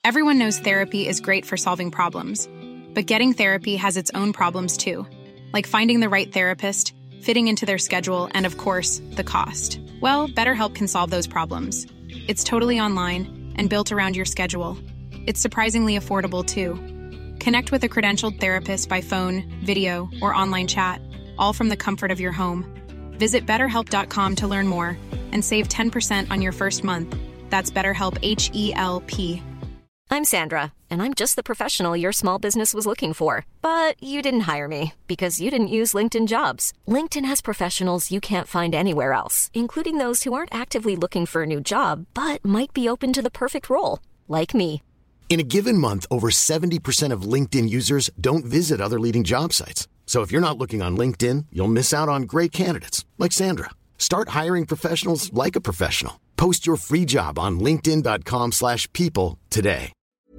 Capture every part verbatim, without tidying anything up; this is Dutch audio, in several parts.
Everyone knows therapy is great for solving problems, but getting therapy has its own problems too, like finding the right therapist, fitting into their schedule, and of course, the cost. Well, BetterHelp can solve those problems. It's totally online and built around your schedule. It's surprisingly affordable too. Connect with a credentialed therapist by phone, video, or online chat, all from the comfort of your home. Visit better help dot com to learn more and save ten percent on your first month. That's BetterHelp, H E L P. I'm Sandra, and I'm just the professional your small business was looking for. But you didn't hire me because you didn't use LinkedIn Jobs. LinkedIn has professionals you can't find anywhere else, including those who aren't actively looking for a new job, but might be open to the perfect role, like me. In a given month, over seventy percent of LinkedIn users don't visit other leading job sites. So if you're not looking on LinkedIn, you'll miss out on great candidates like Sandra. Start hiring professionals like a professional. Post your free job on linkedin dot com slash people today.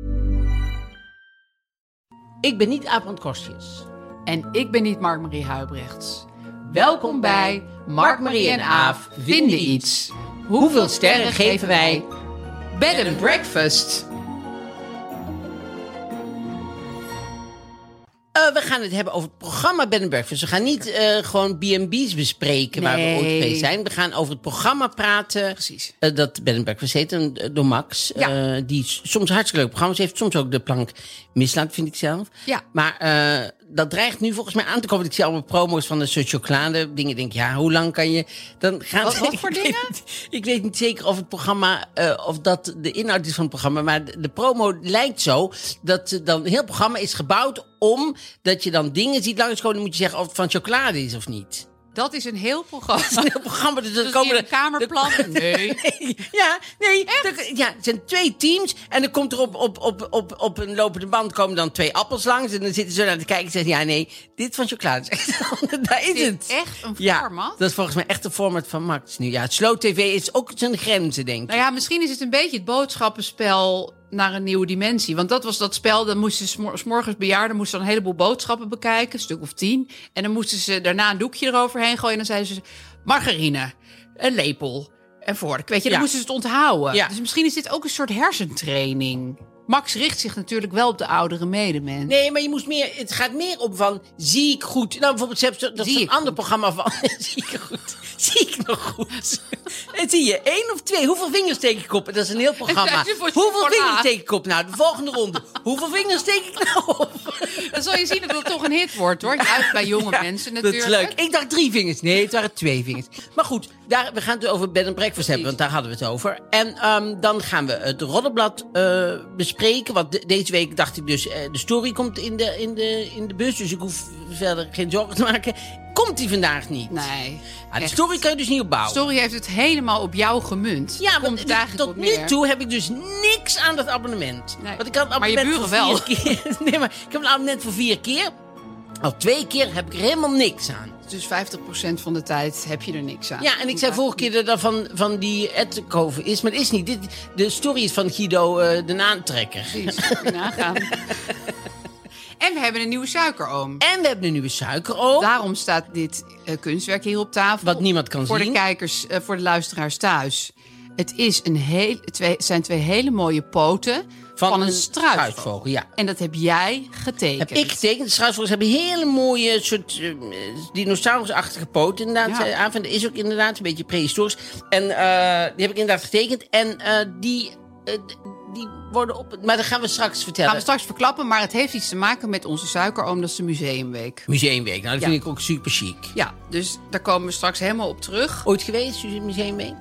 Ik ben niet Aaf van Kostjes. En ik ben niet Mark-Marie Huibrechts. Welkom bij Mark-Marie en Aaf vinden iets. Hoeveel sterren geven wij Bed and Breakfast? Uh, we gaan het hebben over het programma Bed and Breakfast. We gaan niet uh, gewoon B and B's bespreken nee. waar we ooit geweest zijn. We gaan over het programma praten. Precies. Uh, dat Bed and Breakfast heet, uh, door Max. Ja. Uh, die soms hartstikke leuke programma's heeft. Soms ook de plank mislaat, vind ik zelf. Ja. Maar uh, dat dreigt nu volgens mij aan te komen. Ik zie allemaal promo's van de soort chocolade dingen. Denk ja, hoe lang kan je... Dan gaat, wat, wat voor ik dingen? Weet, ik weet niet zeker of het programma... Uh, of dat de inhoud is van het programma. Maar de, de promo lijkt zo dat uh, dan een heel programma is gebouwd om dat je dan dingen ziet langskomen. Dan moet je zeggen of het van chocolade is of niet. Dat is een heel programma. Dat is een heel programma. Dus dus komen een kamerplan? De, nee. nee. Ja, nee. Er, ja, het zijn twee teams. En dan komt er op, op, op, op, op een lopende band komen dan twee appels langs. En dan zitten ze naar te kijken en zeggen... Ja, nee, dit van chocolade is echt... Daar is, is het. echt een ja, format? Dat is volgens mij echt een format van Max nu. Ja, het Slow T V is ook zijn grenzen, denk ik. Nou ja, misschien is het een beetje het boodschappenspel... naar een nieuwe dimensie. Want dat was dat spel, dan moesten ze 's morgens bejaarden moesten dan een heleboel boodschappen bekijken, een stuk of tien. En dan moesten ze daarna een doekje eroverheen gooien. En dan zeiden ze margarine, een lepel en vork. Weet je, dan ja. moesten ze het onthouden. Ja. Dus misschien is dit ook een soort hersentraining. Max richt zich natuurlijk wel op de oudere medemens. Nee, maar je moest meer, het gaat meer op van, zie ik goed? Nou, bijvoorbeeld, dat is een ander goed. programma van, zie ik goed? Zie ik nog goed? En zie je, één of twee, hoeveel vingers steek ik op? Dat is een heel programma. Hoeveel vingers steek ik op? Nou, de volgende ronde. Hoeveel vingers steek ik nou op? Dan zal je zien dat het toch een hit wordt, hoor. Juist bij jonge ja, mensen natuurlijk. Dat is leuk. Ik dacht drie vingers. Nee, het waren twee vingers. Maar goed, daar, we gaan het over Bed and Breakfast hebben, want daar hadden we het over. En um, dan gaan we het Roddelblad uh, bespreken. Want de, deze week dacht ik dus, uh, de story komt in de, in, de, in de bus, dus ik hoef verder geen zorgen te maken. Komt die vandaag niet? Nee. Ah, de story kan je dus niet opbouwen. De story heeft het helemaal op jou gemunt. Ja, want dus, tot nu toe heb ik dus niks aan dat abonnement. Nee. Want ik had een maar je buren wel. Keer. Nee, maar ik heb een abonnement voor vier keer. Al twee keer heb ik er helemaal niks aan. Dus vijftig procent van de tijd heb je er niks aan. Ja, en ik zei vorige keer dat dat van, van die Edkoven is. Maar dat is niet. Dit, de story is van Guido uh, de Naantrekker. Precies, moet je nagaan. En we hebben een nieuwe suikeroom. En we hebben een nieuwe suikeroom. Daarom staat dit uh, kunstwerk hier op tafel. Wat niemand kan voor zien. Voor de kijkers, uh, voor de luisteraars thuis. Het is een heel, twee, zijn twee hele mooie poten van, van een, een struisvogel. struisvogel. Ja. En dat heb jij getekend. Heb ik getekend. De struisvogels hebben hele mooie soort uh, dinosaurusachtige poten. Inderdaad, ja. uh, dat is ook inderdaad een beetje prehistorisch. En uh, die heb ik inderdaad getekend. En uh, die... Uh, Die worden op... Maar dat gaan we straks vertellen. Gaan we straks verklappen, maar het heeft iets te maken met onze suikeroom. Dat is de museumweek. Museumweek, nou dat ja. vind ik ook super chic. Ja, dus daar komen we straks helemaal op terug. Ooit geweest, museumweek?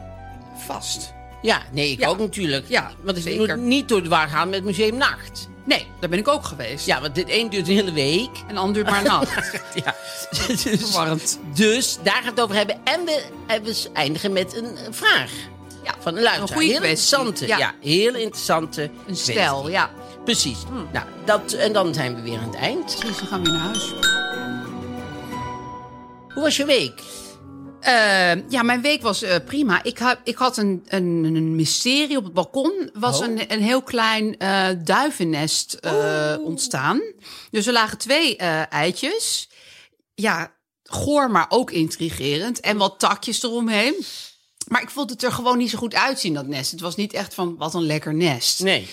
Vast. Ja, nee, ik ja. ook natuurlijk. Ja, want ik moet niet door de war gaan met Museumnacht. Nee, daar ben ik ook geweest. Ja, want dit een duurt een hele week. En de ander duurt maar een nacht. ja. Dus, Verwarrend. Dus daar gaan we het over hebben. En we, en we eindigen met een vraag. Ja, van een luisteraar. Een goede heel interessante. Ja. ja, heel interessante. Een stel, ja. Precies. Hm. Nou, dat, en dan zijn we weer aan het eind. Precies, dan gaan we weer naar huis. Hoe was je week? Uh, ja, mijn week was uh, prima. Ik, ha- ik had een, een, een mysterie op het balkon. Was oh. een, een heel klein uh, duivennest uh, oh. ontstaan. Dus er lagen twee uh, eitjes. Ja, goor, maar ook intrigerend. En wat takjes eromheen. Maar ik vond het er gewoon niet zo goed uitzien, dat nest. Het was niet echt van, wat een lekker nest. Nee.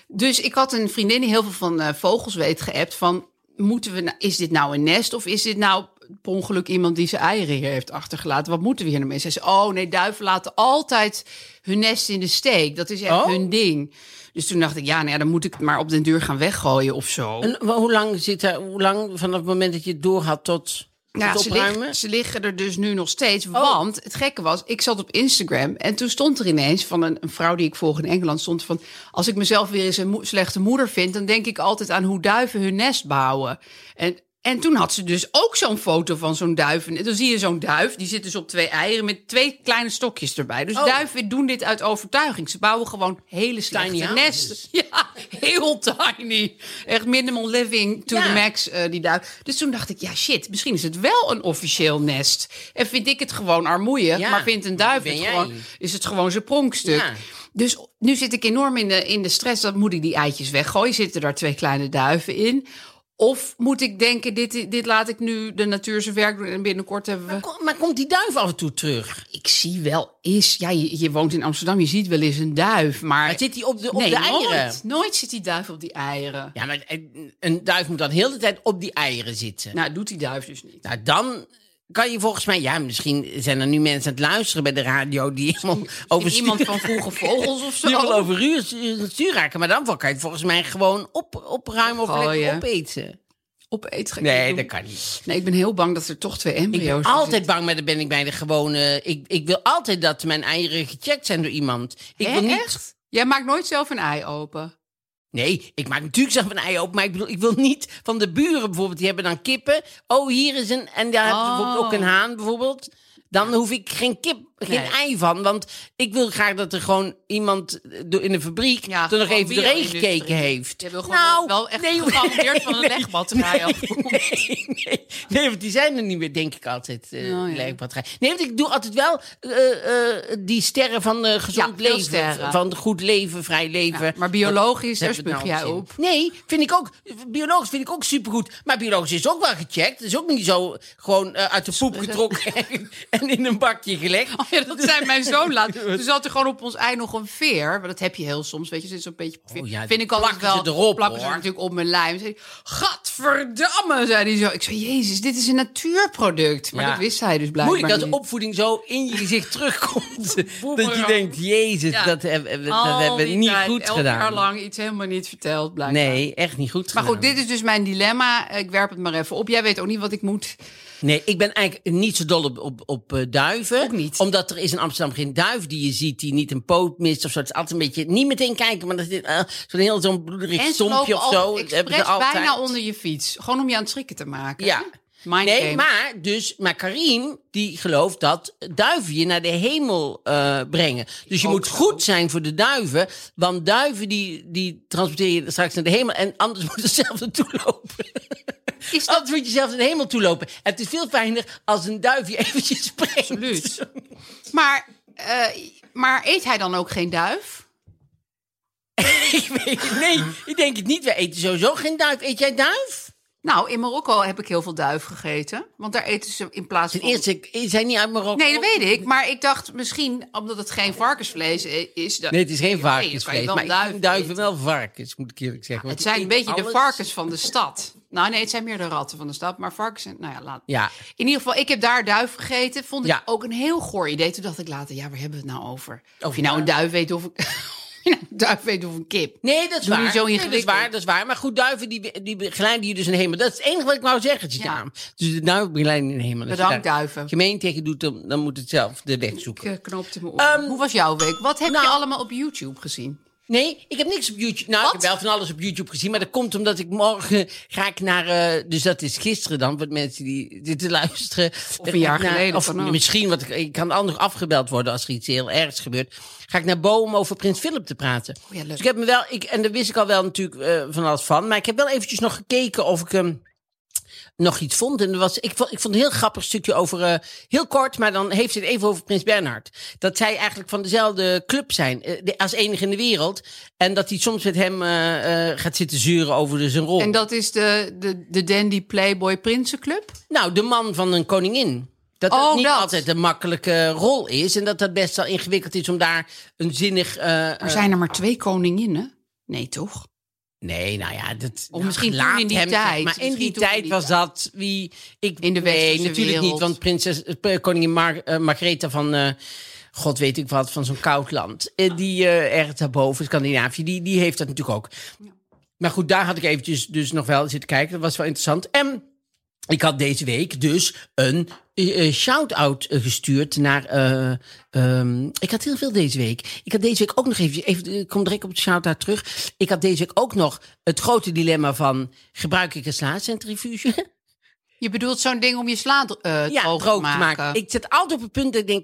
Dus ik had een vriendin die heel veel van uh, vogels weet geappt. Van, moeten we, nou, is dit nou een nest of is dit nou per ongeluk iemand die zijn eieren hier heeft achtergelaten? Wat moeten we hier nou mee? Ze zei, oh nee, duiven laten altijd hun nest in de steek. Dat is echt oh? hun ding. Dus toen dacht ik, ja, nou ja, dan moet ik het maar op den duur gaan weggooien of zo. En hoe lang zit er, hoe lang vanaf het moment dat je het door had tot... Ja, ze, lig, ze liggen er dus nu nog steeds. Oh. Want het gekke was, ik zat op Instagram en toen stond er ineens van een, een vrouw die ik volg in Engeland, stond van, als ik mezelf weer eens een mo- slechte moeder vind, dan denk ik altijd aan hoe duiven hun nest bouwen. En En toen had ze dus ook zo'n foto van zo'n duif. En dan zie je zo'n duif, die zit dus op twee eieren met twee kleine stokjes erbij. Dus oh. duiven doen dit uit overtuiging. Ze bouwen gewoon hele slechte nesten. Ja, heel tiny. Echt minimal living to ja. the max, uh, die duif. Dus toen dacht ik, ja shit, misschien is het wel een officieel nest. En vind ik het gewoon armoeig, ja. maar vindt een duif het gewoon, is het gewoon zijn pronkstuk. Ja. Dus nu zit ik enorm in de, in de stress. Dan moet ik die eitjes weggooien. Zitten daar twee kleine duiven in? Of moet ik denken, dit, dit laat ik nu de natuur zijn werk doen en binnenkort hebben we... Maar, kom, maar komt die duif af en toe terug? Ik zie wel eens... Ja, je, je woont in Amsterdam, je ziet wel eens een duif, maar... Maar zit hij op de, op nee, de eieren? Nooit, nooit zit die duif op die eieren. Ja, maar een duif moet dan heel de tijd op die eieren zitten. Nou, doet die duif dus niet. Nou, dan... kan je volgens mij... Ja, misschien zijn er nu mensen aan het luisteren bij de radio... die helemaal over iemand van Vroege Vogels of zo. Die wil over uur stuur raken. Maar dan kan je het volgens mij gewoon op, opruimen of oh, lekker ja. opeten. Opeten? Nee, dat kan niet. Nee, ik ben heel bang dat er toch twee embryo's zijn. Ik ben altijd bang, maar dan ben ik bij de gewone... Ik, ik wil altijd dat mijn eieren gecheckt zijn door iemand. Ik He, wil niet... Echt? Jij maakt nooit zelf een ei open? Nee, ik maak natuurlijk zelf een ei open, maar ik bedoel, ik wil niet van de buren bijvoorbeeld, die hebben dan kippen. Oh, hier is een, en daar oh. hebben ze bijvoorbeeld ook een haan bijvoorbeeld. Dan hoef ik geen kip, geen nee. ei van, want ik wil graag dat er gewoon iemand in de fabriek ja, er nog even doorheen gekeken heeft. Je wil gewoon nou, wel echt nee, gegarandeerd van een nee, legbatterij nee, nee, nee, nee, want die zijn er niet meer, denk ik altijd, uh, oh, ja. legbatterij. Nee, want ik doe altijd wel uh, uh, die sterren van uh, gezond ja, leven, sterren. Van goed leven, vrij leven. Ja, maar biologisch, daar spuug jij op. Nee, vind ik ook, biologisch vind ik ook supergoed. Maar biologisch is ook wel gecheckt. Het is ook niet zo gewoon uh, uit de poep getrokken en in een bakje gelegd. Oh ja, dat zei mijn zoon laat. Toen zat er gewoon op ons ei nog een veer. Maar dat heb je heel soms, weet je. Zit zo'n beetje veer. Oh ja, vind ik altijd wel. Ze erop, plakken ze natuurlijk op mijn lijm. Zei hij, gadverdamme, zei hij zo. Ik zei, jezus, dit is een natuurproduct. Maar ja. dat wist hij dus blijkbaar Moeilijk dat niet. de opvoeding zo in je gezicht terugkomt. Dat je denkt, jezus, ja. dat, hebben, dat hebben we niet tijd, goed gedaan. Elk jaar lang iets helemaal niet verteld, blijkbaar. Nee, echt niet goed maar gedaan. goed, dit is dus mijn dilemma. Ik werp het maar even op. Jij weet ook niet wat ik moet... Nee, ik ben eigenlijk niet zo dol op, op, op uh, duiven. Ook niet. Omdat er is in Amsterdam geen duif die je ziet die niet een poot mist of zo. Het is altijd een beetje, niet meteen kijken, maar dat is uh, zo'n heel zo'n bloederig stompje of zo. En ze lopen altijd bijna onder je fiets. Gewoon om je aan het schrikken te maken. Ja. Mind nee, game. maar dus, maar Karim, die gelooft dat duiven je naar de hemel uh, brengen. Dus je Ook moet goed zijn voor de duiven, want duiven die, die transporteer je straks naar de hemel en anders moet je zelf naartoe lopen. Is dat... Anders moet je zelf naar de hemel toe lopen. En het is veel fijner als een duif je eventjes brengt. Absoluut. Maar, uh, maar eet hij dan ook geen duif? ik weet het, nee, ik denk het niet. Wij eten sowieso geen duif. Eet jij duif? Nou, in Marokko heb ik heel veel duif gegeten. Want daar eten ze in plaats van... Ten eerste, zijn niet uit Marokko. Nee, dat weet ik. Maar ik dacht misschien, omdat het geen varkensvlees is... Dat... Nee, het is geen varkensvlees. Nee, maar ik vind duiven wel varkens, moet ik eerlijk zeggen. Ja, het zijn een beetje alles... de varkens van de stad. Nou nee, het zijn meer de ratten van de stad. Maar varkens zijn... Nou ja, laat... Ja. In ieder geval, ik heb daar duif gegeten. Vond ik ja. ook een heel goor idee. Toen dacht ik later, ja, waar hebben we het nou over? Of je nou een duif weet of... Nou, duif weet of een kip. Nee, dat is Doe waar. Zo nee, dat is waar. Dat is waar. Maar goed, duiven die, die begeleiden je dus in de hemel. Dat is het enige wat ik wou zeggen. Ja. Dus de duiven begeleiden in de hemel. Bedankt, duiven. Gemeen tegen doet, dan, dan moet het zelf de weg zoeken. Ik knoopte me op. Um, Hoe was jouw week? Wat heb nou, je allemaal op YouTube gezien? Nee, ik heb niks op YouTube. Nou, Wat? ik heb wel van alles op YouTube gezien. Maar dat komt omdat ik morgen ga ik naar... Uh, dus dat is gisteren dan, voor mensen die dit luisteren. Of een jaar naar, geleden. Of misschien, want ik, ik kan al nog afgebeld worden als er iets heel ergs gebeurt. Ga ik naar Bo om over Prins Philip te praten. Oh ja, dus ik heb me wel... Ik, en daar wist ik al wel natuurlijk uh, van alles van. Maar ik heb wel eventjes nog gekeken of ik... Um, nog iets vond. En er was, ik, vond, ik vond een heel grappig stukje over... Uh, heel kort, maar dan heeft ze het even over Prins Bernhard. Dat zij eigenlijk van dezelfde club zijn. Uh, de, als enige in de wereld. En dat hij soms met hem uh, uh, gaat zitten zeuren over de, zijn rol. En dat is de, de, de Dandy Playboy Prinsenclub? Nou, de man van een koningin. Dat oh, dat niet dat. altijd een makkelijke rol is. En dat dat best wel ingewikkeld is om daar een zinnig... Uh, er zijn er maar twee koninginnen. Nee, toch? Nee, nou ja, dat, Of nou, misschien laat toen in die hem, tijd. Maar in Misschien die toen tijd in die was tijd. dat wie ik In de nee, westerse natuurlijk wereld. niet, want prinses eh, koningin Mar, uh, Margaretha van uh, God weet ik wat van zo'n koud land, uh, die uh, ergens daarboven Scandinavië, die die heeft dat natuurlijk ook. Ja. Maar goed, daar had ik eventjes dus nog wel zitten kijken. Dat was wel interessant. En ik had deze week dus een uh, shout-out uh, gestuurd naar... Uh, um, ik had heel veel deze week. Ik had deze week ook nog even... even ik kom direct op het shout-out terug. Ik had deze week ook nog het grote dilemma van... gebruik ik een slacentrifuge? Je bedoelt zo'n ding om je sla uh, ja, droog, droog te maken. te maken. Ik zit altijd op het punt dat ik denk...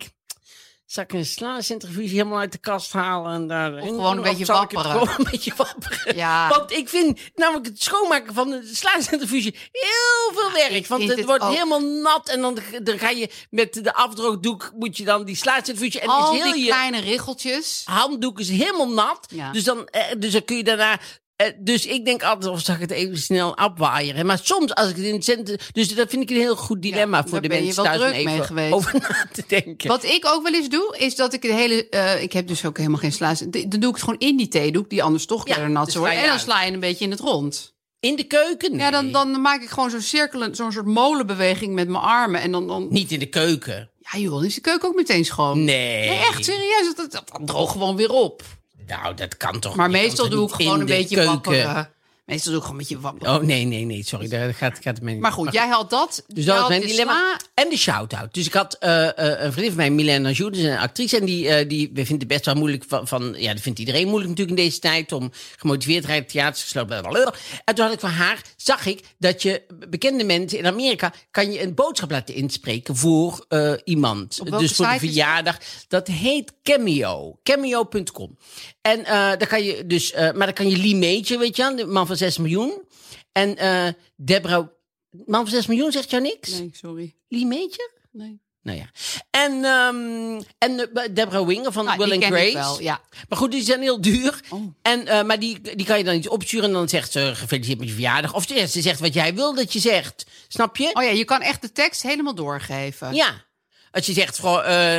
Zal ik een slacentrifuge helemaal uit de kast halen? En daar of gewoon een beetje wapperen. Gewoon een beetje wapperen. Ja. Want ik vind namelijk het schoonmaken van de slacentrifuge heel veel werk. Want het, het wordt ook helemaal nat. En dan, dan ga je met de afdroogdoek moet je dan die slacentrifuge... En al is heel die je kleine riggeltjes. handdoek is helemaal nat. Ja. Dus, dan, dus dan kun je daarna... Dus ik denk altijd, of zag ik het even snel afwaaieren. Maar soms, als ik het in het centrum... Dus dat vind ik een heel goed dilemma ja, voor de mensen thuis om even over na te denken. Wat ik ook wel eens doe, is dat ik de hele... Uh, ik heb dus ook helemaal geen sla. Dan doe ik het gewoon in die theedoek, die anders toch ja, weer nat dus wordt. En dan sla je een beetje in het rond. In de keuken? Nee. Ja, dan, dan maak ik gewoon zo'n cirkel, zo'n soort molenbeweging met mijn armen. En dan, dan... Niet in de keuken? Ja joh, dan is de keuken ook meteen schoon. Nee. Nee, echt serieus, dat, dat, dat droog gewoon weer op. Nou, dat kan toch maar niet. Maar meestal doe ik gewoon een beetje wapperen. Meestal doe ik gewoon een beetje wapperen. Oh, nee, nee, nee, sorry. Daar gaat, gaat het mij niet. Maar goed, jij had dat. Dus dat was mijn dilemma. Sla... En de shout-out. Dus ik had uh, uh, een vriendin van mij, Mylène Anjou, dus een actrice. En die, uh, die vindt het best wel moeilijk van, van... Ja, dat vindt iedereen moeilijk natuurlijk in deze tijd. Om gemotiveerd te rijden, theaters gesloten. En toen had ik van haar, zag ik dat je bekende mensen in Amerika... kan je een boodschap laten inspreken voor uh, iemand. Dus voor de verjaardag. Dat heet Cameo. Cameo punt com. En uh, dan kan je dus... Uh, maar dan kan je Lee Major, weet je wel, de man van zes miljoen... En uh, Deborah... Man van zes miljoen, zegt jou niks? Nee, sorry. Lee Major? Nee. Nou ja. En, um, en uh, Deborah Winger van nou, Will and Grace. Ik wel, ja. Maar goed, die zijn heel duur. Oh. En, uh, maar die, die kan je dan niet opsturen. En dan zegt ze, gefeliciteerd met je verjaardag. Of ze zegt wat jij wil dat je zegt. Snap je? Oh ja, je kan echt de tekst helemaal doorgeven. Ja. Als je zegt, gewoon... Uh,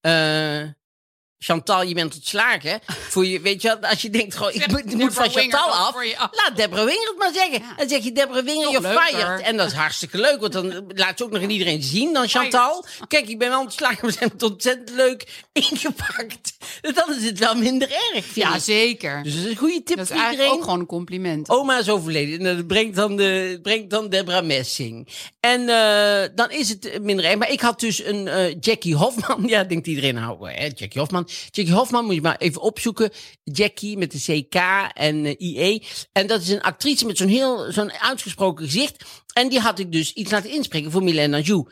uh, Chantal, je bent ontslagen. Voor je, weet je wat, als je denkt, gewoon, ik moet, moet van Chantal af. Laat Deborah Winger het maar zeggen. Ja. Dan zeg je Deborah Winger, je fired. En dat is hartstikke leuk, want dan laat ze ook nog aan iedereen zien. Dan Chantal, kijk, ik ben wel ontslagen, we zijn het ontzettend leuk ingepakt. Dan is het wel minder erg. Ja, zeker. Dus dat is een goede tip dat voor iedereen. Dat is eigenlijk ook gewoon een compliment. Oma is overleden. En dat brengt dan, de, brengt dan Deborah Messing. En uh, dan is het minder erg. Maar ik had dus een uh, Jackie Hofman. Ja, denkt iedereen, nou, hè, Jackie Hofman. Jackie Hofman moet je maar even opzoeken. Jackie met de C K en uh, I E. En dat is een actrice met zo'n heel zo'n uitgesproken gezicht. En die had ik dus iets laten inspreken voor Mylène Anjou.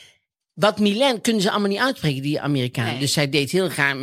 Wat Mylène kunnen ze allemaal niet uitspreken, die Amerikanen. Nee. Dus zij deed heel graag...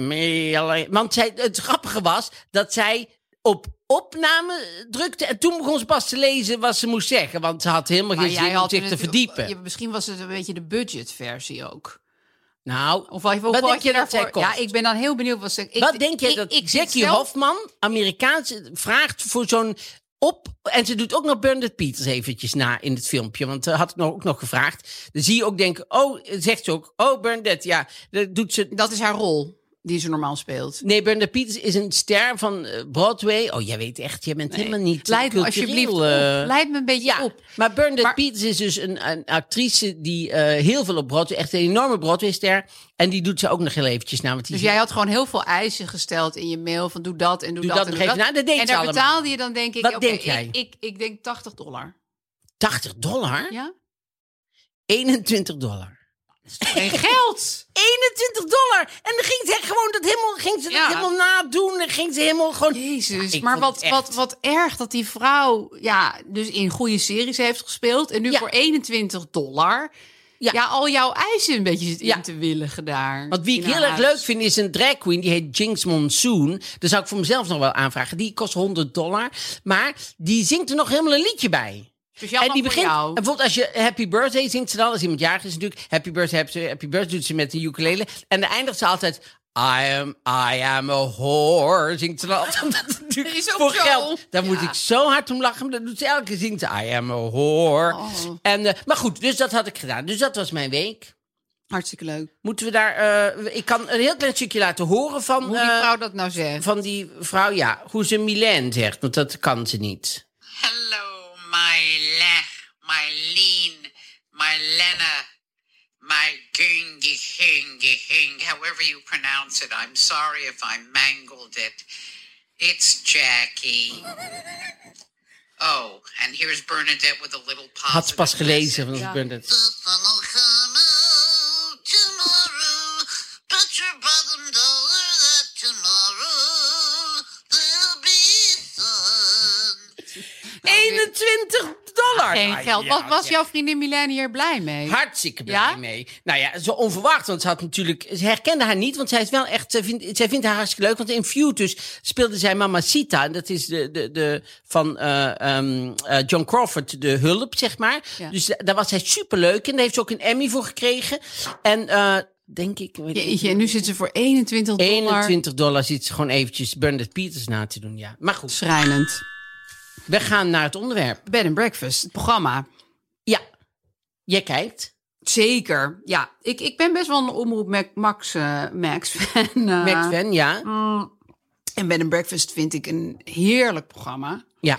Want zij, het grappige was dat zij op opname drukte... en toen begon ze pas te lezen wat ze moest zeggen. Want ze had helemaal geen zin om zich te verdiepen. Je, misschien was het een beetje de budgetversie ook. Nou, of wat, wat denk je daarvoor? Ja, ik ben dan heel benieuwd wat ze. Wat denk je dat ik, Jackie zelf... Hofman, Amerikaans, vraagt voor zo'n op... En ze doet ook nog Bernadette Peters eventjes na in het filmpje. Want dat had ik nog, ook nog gevraagd. Dan zie je ook denken, oh, zegt ze ook, oh, Bernadette, ja, dat doet ze... Dat is haar rol. Die ze normaal speelt. Nee, Bernadette Peters is een ster van Broadway. Oh, jij weet echt, jij bent nee. helemaal niet Leid me alsjeblieft op. Leid me een beetje ja, op. Maar Bernadette maar... Peters is dus een, een actrice die uh, heel veel op Broadway... Echt een enorme Broadway-ster. En die doet ze ook nog heel eventjes na. Want die dus jij had gewoon heel veel eisen gesteld in je mail. Van doe dat en doe, doe dat, dat en doe dat. Nou, dat deed en daar betaalde je dan denk ik... Wat okay, denk jij? Ik, ik, ik denk tachtig dollar. tachtig dollar? Ja. eenentwintig dollar. Dat is toch geen geld? eenentwintig dollar. En dan ging ze gewoon dat helemaal, ging ze ja. dat helemaal nadoen. En ging ze helemaal gewoon... Jezus, ja, maar wat, echt... wat, wat erg dat die vrouw... Ja, dus in goede series heeft gespeeld. En nu ja. voor eenentwintig dollar... Ja. ja, al jouw eisen een beetje zit in ja. te willigen daar. Want wie ik heel erg leuk vind is een drag queen. Die heet Jinx Monsoon. Daar zou ik voor mezelf nog wel aanvragen. Die kost honderd dollar. Maar die zingt er nog helemaal een liedje bij. Speciaal en die begint, jou. En bijvoorbeeld als je Happy Birthday zingt ze dan, als iemand jarig is natuurlijk, Happy Birthday, Happy, happy Birthday doet ze met de ukulele. En dan eindigt ze altijd, I am, I am a whore, zingt ze dan altijd. Dat natuurlijk is ook voor zo. geld. Daar ja. moet ik zo hard om lachen, dat doet ze elke keer, zingt ze, I am a whore. Oh. En, uh, maar goed, dus dat had ik gedaan. Dus dat was mijn week. Hartstikke leuk. Moeten we daar... Uh, ik kan een heel klein stukje laten horen van... Hoe die uh, vrouw dat nou zegt. Van die vrouw, ja. Hoe ze Milène zegt, want dat kan ze niet. Hello, my le, my lean, my Lena, my gingy hingy hing, however you pronounce it. I'm sorry if I mangled it. It's Jackie. Oh, and here's Bernadette with a little positive. Had ze pas gelezen van ja. Bernadette. The sun will come out tomorrow. Bet your bottom dollar that tomorrow there'll be sun. eenentwintig dollar! Geen Ah, geld. ja, Wat was ja. jouw vriendin Milène hier blij mee? Hartstikke blij Ja? mee. Nou ja, zo onverwacht, want ze had natuurlijk... Ze herkende haar niet, want zij is wel echt... Zij vindt, zij vindt haar hartstikke leuk, want in Feud dus speelde zij Mamacita. En dat is de, de, de van uh, um, uh, John Crawford, de hulp, zeg maar. Ja. Dus da- daar was zij superleuk in. Daar heeft ze ook een Emmy voor gekregen. En uh, denk ik... weet ik Jeetje, en nu zit ze voor eenentwintig dollar. eenentwintig dollar zit ze gewoon eventjes Bernadette Peters na te doen, ja. Maar goed, Schrijnend. we gaan naar het onderwerp. Bed and Breakfast, het programma. Ja, jij kijkt. Zeker. Ja, ik, ik ben best wel een Omroep Mac, Max, uh, Max fan. Uh, Max fan, ja. En Bed and Breakfast vind ik een heerlijk programma. Ja.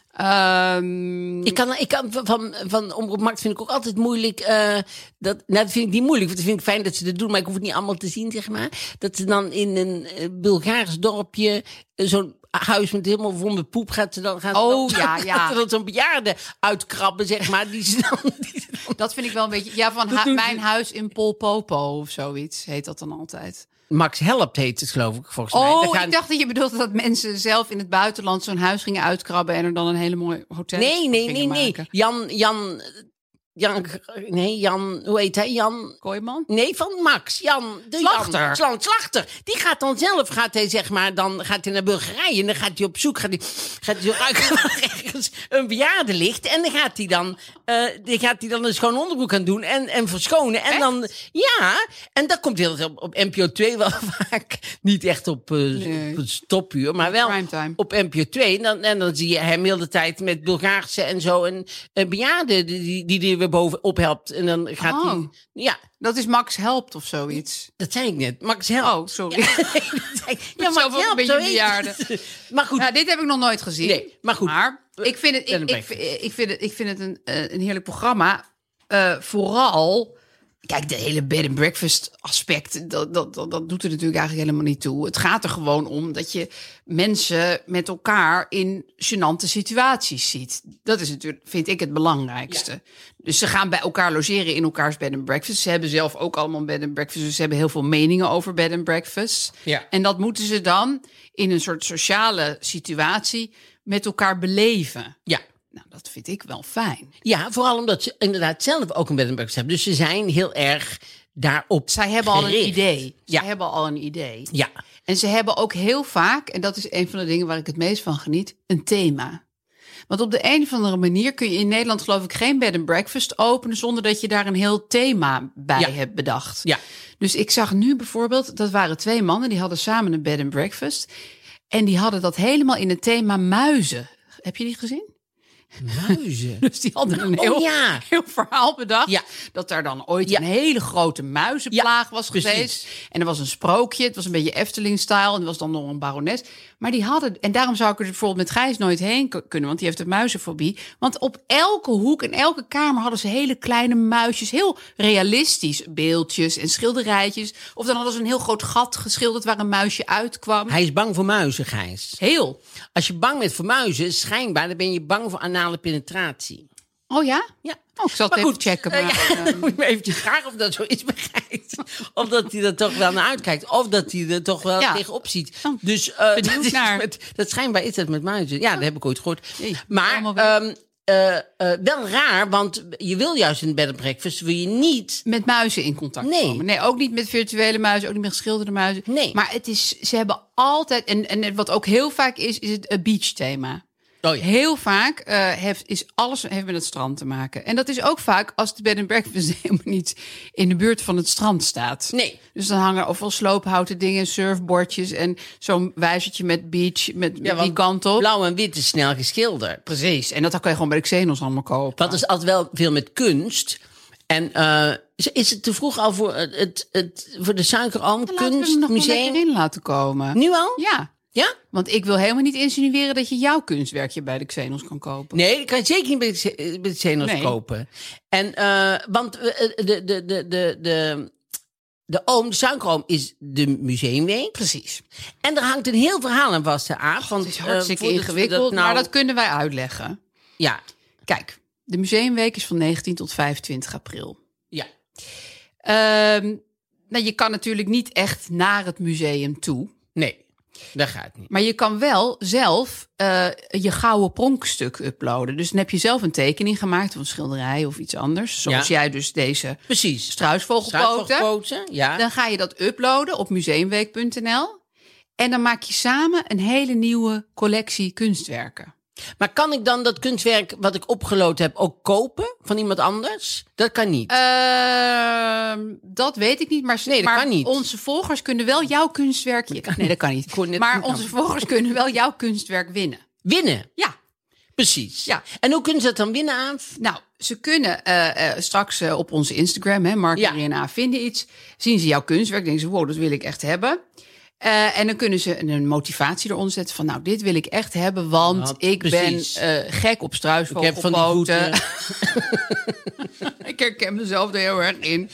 Um, Ik kan, ik kan van, van Omroep Max vind ik ook altijd moeilijk. Uh, dat, nou, dat vind ik niet moeilijk. Want dat vind ik fijn dat ze dat doen. Maar ik hoef het niet allemaal te zien, zeg maar. Dat ze dan in een uh, Bulgaars dorpje uh, zo'n huis met helemaal wonde poep gaat ze dan gaan. Oh, dan, ja, ja. Gaat ze dan zo'n bejaarde uitkrabben, zeg maar. Die ze dan, die ze dan... dat vind ik wel een beetje... Ja, van Dat hu- doen ze- Mijn Huis in Polpopo of zoiets heet dat dan altijd. Max Helpt heet het, geloof ik, volgens mij. Oh, Daar gaan- ik dacht dat je bedoelde dat mensen zelf in het buitenland zo'n huis gingen uitkrabben en er dan een hele mooie hotel Nee, nee, gingen nee, nee. maken. Jan, Jan, Jan, nee, Jan, hoe heet hij? Jan... Kooijman? Nee, van Max. Jan de Slachter. Jan, Slan- Slachter. Die gaat dan zelf, gaat hij zeg maar, dan gaat hij naar Bulgarije en dan gaat hij op zoek, gaat hij, gaat hij zo ruiken waar ergens een bejaarde ligt en dan gaat hij dan, uh, die gaat hij dan een schoon onderbroek aan doen en, en verschonen. En Echt? dan, ja, en dat komt heel op, op N P O twee wel vaak, niet echt op, uh, Nee. op een stopuur, maar wel Primetime. op N P O twee. En dan, en dan zie je hem heel de tijd met Bulgaarse en zo een, een bejaarde die, die, die er weer bovenop helpt. En dan gaat Oh. hij, ja. Dat is Max Helpt of zoiets. Dat zei ik net. Max Helpt. Oh, sorry. Ja, nee, dat zei ik. Ja, Zelf Max ook een Helpt, beetje zo heet bejaarde. het. Maar goed. Ja, dit heb ik nog nooit gezien. Nee, maar goed. Maar ik vind het, Bed and ik, ik, Breakfast. ik vind het, ik vind het een, eh, een heerlijk programma. Uh, vooral, kijk, de hele bed and breakfast aspect, dat, dat, dat, dat doet er natuurlijk eigenlijk helemaal niet toe. Het gaat er gewoon om dat je mensen met elkaar in gênante situaties ziet. Dat is natuurlijk, vind ik, het belangrijkste. Dus ze gaan bij elkaar logeren in elkaars bed and breakfast. Ze hebben zelf ook allemaal bed and breakfast, dus ze hebben heel veel meningen over bed and breakfast. Ja. En dat moeten ze dan in een soort sociale situatie met elkaar beleven. Ja. Nou, dat vind ik wel fijn. Ja, vooral omdat ze inderdaad zelf ook een bed and breakfast hebben. Dus ze zijn heel erg daarop Zij hebben al een gericht. idee. Ja. Zij hebben al een idee. Ja. En ze hebben ook heel vaak, en dat is een van de dingen waar ik het meest van geniet, een thema. Want op de een of andere manier kun je in Nederland geloof ik geen bed and breakfast openen zonder dat je daar een heel thema bij Ja. hebt bedacht. Ja. Dus ik zag nu bijvoorbeeld, dat waren twee mannen, die hadden samen een bed and breakfast. En die hadden dat helemaal in het thema muizen. Heb je die gezien? Muizen. Dus die hadden een heel, Oh, ja. heel verhaal bedacht. Ja. Dat daar dan ooit Ja. een hele grote muizenplaag Ja, was precies. geweest. En er was een sprookje. Het was een beetje Efteling-style. En er was dan nog een barones. Maar die hadden... En daarom zou ik er bijvoorbeeld met Gijs nooit heen k- kunnen. Want die heeft een muizenfobie. Want op elke hoek en elke kamer hadden ze hele kleine muisjes. Heel realistisch. Beeldjes en schilderijtjes. Of dan hadden ze een heel groot gat geschilderd waar een muisje uitkwam. Hij is bang voor muizen, Gijs. Heel. Als je bang bent voor muizen, schijnbaar, dan ben je bang voor anale penetratie. Oh ja? Ja. Oh, ik zal het Maar even goed, checken. eh, Maar, ja, ehm, moet je me eventjes vragen of dat zo is, begrijpt. Of dat hij er toch wel naar uitkijkt. Of dat hij er toch wel Ja. tegenop ziet. Oh, Dus uh, benieuwd dat, is naar. met, dat schijnbaar is dat met muizen. Ja, dat heb ik ooit gehoord. Jee, maar allemaal weer. ehm, uh, uh, wel raar, want je wil juist in een bed and breakfast, wil je niet... met muizen in contact Nee. komen. Nee, ook niet met virtuele muizen, ook niet met geschilderde muizen. Nee. Maar het is, ze hebben altijd, en, en wat ook heel vaak is, is het een beach thema. Oh ja. Heel vaak uh, heeft, is alles heeft met het strand te maken. En dat is ook vaak als de bed and breakfast helemaal niet in de buurt van het strand staat. Nee. Dus dan hangen er overal sloophouten dingen, surfboardjes en zo'n wijzertje met beach, met Ja, die want kant op. blauw en wit is snel geschilderd. Precies. En dat kan je gewoon bij de Xenos allemaal kopen. Dat is altijd wel veel met kunst. En uh, Is, is het te vroeg al voor, het, het, het, voor de Suikeroom Dan laten we hem nog wel Kunstmuseum? lekker in laten komen. Nu al? Ja, Ja? want ik wil helemaal niet insinueren dat je jouw kunstwerkje bij de Xenos kan kopen. Nee, dat kan je zeker niet bij de, bij de Xenos Nee. kopen. En, uh, want uh, de, de, de, de, de, de oom, de Suikeroom is de museumweek. Precies. En er hangt een heel verhaal aan vast, Aaf. Want, Het is uh, hartstikke voordat we ingewikkeld, dat nou- maar dat kunnen wij uitleggen. Ja, Kijk, de museumweek is van negentien tot vijfentwintig april. ja. Ehm, nou, je kan natuurlijk niet echt naar het museum toe. Nee, dat gaat niet. Maar je kan wel zelf uh, je gouden pronkstuk uploaden. Dus dan heb je zelf een tekening gemaakt of een schilderij of iets anders. Zoals Ja. jij dus deze Precies. struisvogelpoten. Struisvogelpoten, ja. Dan ga je dat uploaden op museumweek punt n l. En dan maak je samen een hele nieuwe collectie kunstwerken. Maar kan ik dan dat kunstwerk wat ik opgeload heb ook kopen van iemand anders? Dat kan niet. Ehm, dat weet ik niet, maar, Nee, dat maar kan niet. onze volgers kunnen wel jouw kunstwerk... Nee, dat kan niet. kon net Maar niet onze aan. volgers kunnen wel jouw kunstwerk winnen. Winnen, Ja. precies. Ja. En hoe kunnen ze dat dan winnen, aan? Nou, ze kunnen uh, uh, straks uh, op onze Instagram, hè, Mark Ja. en A, vinden iets. Zien ze jouw kunstwerk, denken ze, wow, dat wil ik echt hebben. Uh, en dan kunnen ze een motivatie eronder zetten van, nou, dit wil ik echt hebben, want Want, ik precies. ben uh, gek op Ik heb van die struisvogelpoten. voeten. Ik herken mezelf er heel erg in.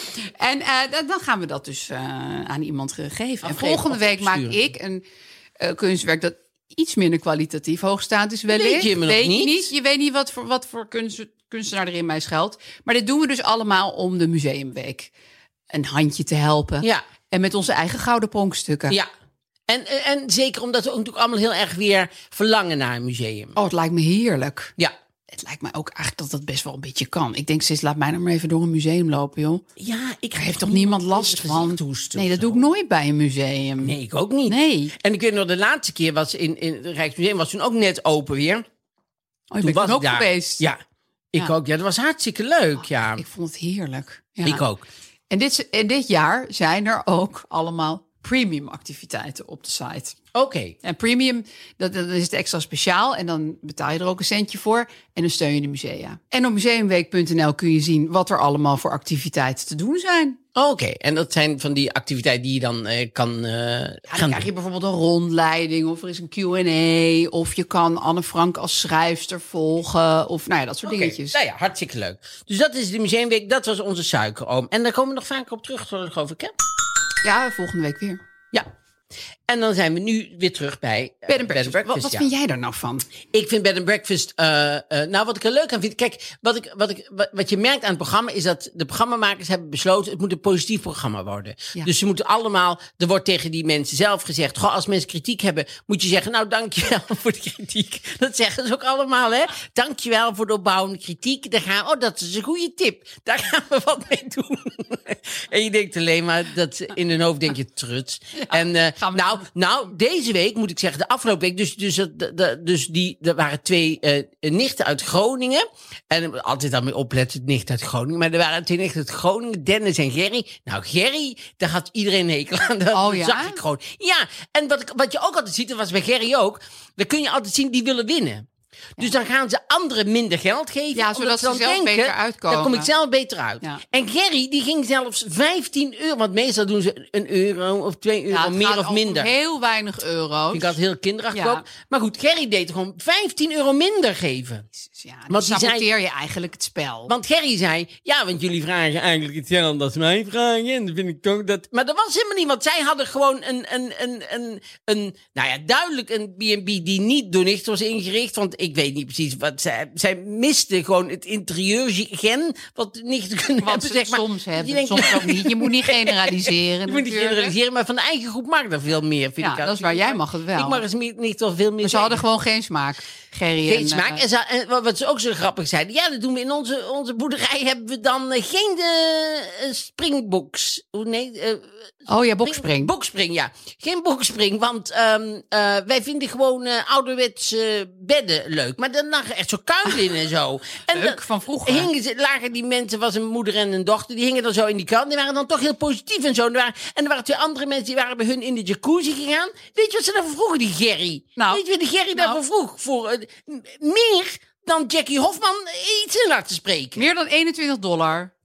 En uh, dan- dan gaan we dat dus uh, aan iemand geven. En Afgeven volgende of week maak opsturen. ik een uh, kunstwerk dat iets minder kwalitatief hoogstaand is wellicht. Weet je helemaal nog Weet je niet. niet. Je weet niet wat voor, wat voor kunst, kunstenaar er in mij schuilt. Maar dit doen we dus allemaal om de Museumweek een handje te helpen. Ja. En met onze eigen gouden pronkstukken. Ja. En, en, en zeker omdat we ook natuurlijk allemaal heel erg weer verlangen naar een museum. Oh, het lijkt me heerlijk. Ja. Het lijkt me ook eigenlijk dat dat best wel een beetje kan. Ik denk steeds, laat mij nou maar even door een museum lopen, joh. Ja, ik Daar heeft toch niemand last van? Nee, dat doe ik nooit bij een museum. Nee, ik ook niet. Nee. En ik weet nog, de laatste keer was in, in het Rijksmuseum, was toen ook net open weer. Oh, Toen je bent was toen ook ik daar. geweest. Ja, ik Ja. ook. Ja, dat was hartstikke leuk, ja. Ik vond het heerlijk. Ja. Ik ook. En dit, en dit jaar zijn er ook allemaal premium activiteiten op de site. Oké. En premium, dat, dat is het extra speciaal. En dan betaal je er ook een centje voor. En dan steun je de musea. En op museumweek punt n l kun je zien wat er allemaal voor activiteiten te doen zijn. Oké, en dat zijn van die activiteiten die je dan eh, kan eh Ja, dan gaan krijg je doen. bijvoorbeeld een rondleiding. Of er is een Q en A. Of je kan Anne Frank als schrijfster volgen. Of nou ja, dat soort Oké, dingetjes. nou ja, hartstikke leuk. Dus dat is de Museumweek, dat was onze suikeroom. En daar komen we nog vaker op terug, geloof ik, hè? Ja, volgende week weer. Ja. En dan zijn we nu weer terug bij eh, Bed and breakfast. Wat, wat ja. vind jij daar nou van? Ik vind bed and breakfast, uh, uh, nou wat ik er leuk aan vind, kijk, wat, ik, wat, ik, wat, wat je merkt aan het programma is dat de programmamakers hebben besloten, het moet een positief programma worden. Ja. Dus ze moeten allemaal, er wordt tegen die mensen zelf gezegd, goh, als mensen kritiek hebben, moet je zeggen, nou dankjewel voor de kritiek. Dat zeggen ze ook allemaal, hè. Dankjewel voor de opbouwende kritiek. Daar gaan, oh, dat is een goede tip. Daar gaan we wat mee doen. En je denkt alleen maar, dat in hun hoofd denk je, trut. En uh, gaan we nou, nou, deze week moet ik zeggen, de afgelopen week, dus, dus, de, de, dus die, er waren twee uh, nichten uit Groningen. En altijd aan mee opletten, nichten uit Groningen. Maar er waren twee nichten uit Groningen, Dennis en Gerry. Nou, Gerry, daar had iedereen een hekel aan. Dat Oh, ja? zag ik gewoon. Ja, en wat, ik- wat je ook altijd ziet, dat was bij Gerry ook, dan kun je altijd zien, die willen winnen. Dus dan gaan ze anderen minder geld geven. Ja, zodat omdat ze dan zelf denken, beter uitkomen. Dan kom ik zelf beter uit. Ja. En Gerry, die ging zelfs vijftien euro. Want meestal doen ze een euro of twee euro, Ja, het meer gaat of om minder. heel weinig euro's. Vind ik altijd heel kinderachtig Ja. ook. Maar goed, Gerry deed gewoon vijftien euro minder geven. Ja, dan Want die saboteer zei- je eigenlijk het spel. Want Gerry zei, ja, want jullie vragen eigenlijk hetzelfde als mij vragen. En dan vind ik toch dat... Maar dat was helemaal niet, want zij hadden gewoon een, een, een, een, een nou ja, duidelijk een B en B die niet door nichts was ingericht. Want ik weet niet precies wat zij... Zij miste gewoon het interieurgen, wat nichten kunnen Wat hebben, ze zeg maar. soms hebben, Je denkt- soms ook niet. Je moet niet generaliseren. Je moet niet natuurlijk. generaliseren, maar van de eigen groep mag er veel meer, vind Ja, ik. dat is waar. Jij mag het wel. Ik mag er niet, niet wel veel meer Maar ze hadden gewoon geen smaak. Gerry Geen en, smaak. eh, En, ze, en wat- wat ze ook zo grappig zeiden. Ja, dat doen we in onze, onze boerderij. Hebben we dan eh, geen uh, springboks. Hoe nee? eh, oh ja, bokspring. Bokspring, ja. Geen bokspring, want um, uh, wij vinden gewoon uh, ouderwetse bedden leuk. Maar dan lag er echt zo kuil in en zo. En Leuk, dan van vroeger. Hingen ze, lagen die mensen, was een moeder en een dochter, die hingen dan zo in die kant. Die waren dan toch heel positief en zo. En er waren, en er waren twee andere mensen, die waren bij hun in de jacuzzi gegaan. Weet je wat ze daarvoor vroegen, die Gerry? Nou, Weet je wat die Gerry nou. daarvoor vroeg? Voor uh, m- meer dan Jackie Hofman iets in laten spreken. Meer dan eenentwintig dollar.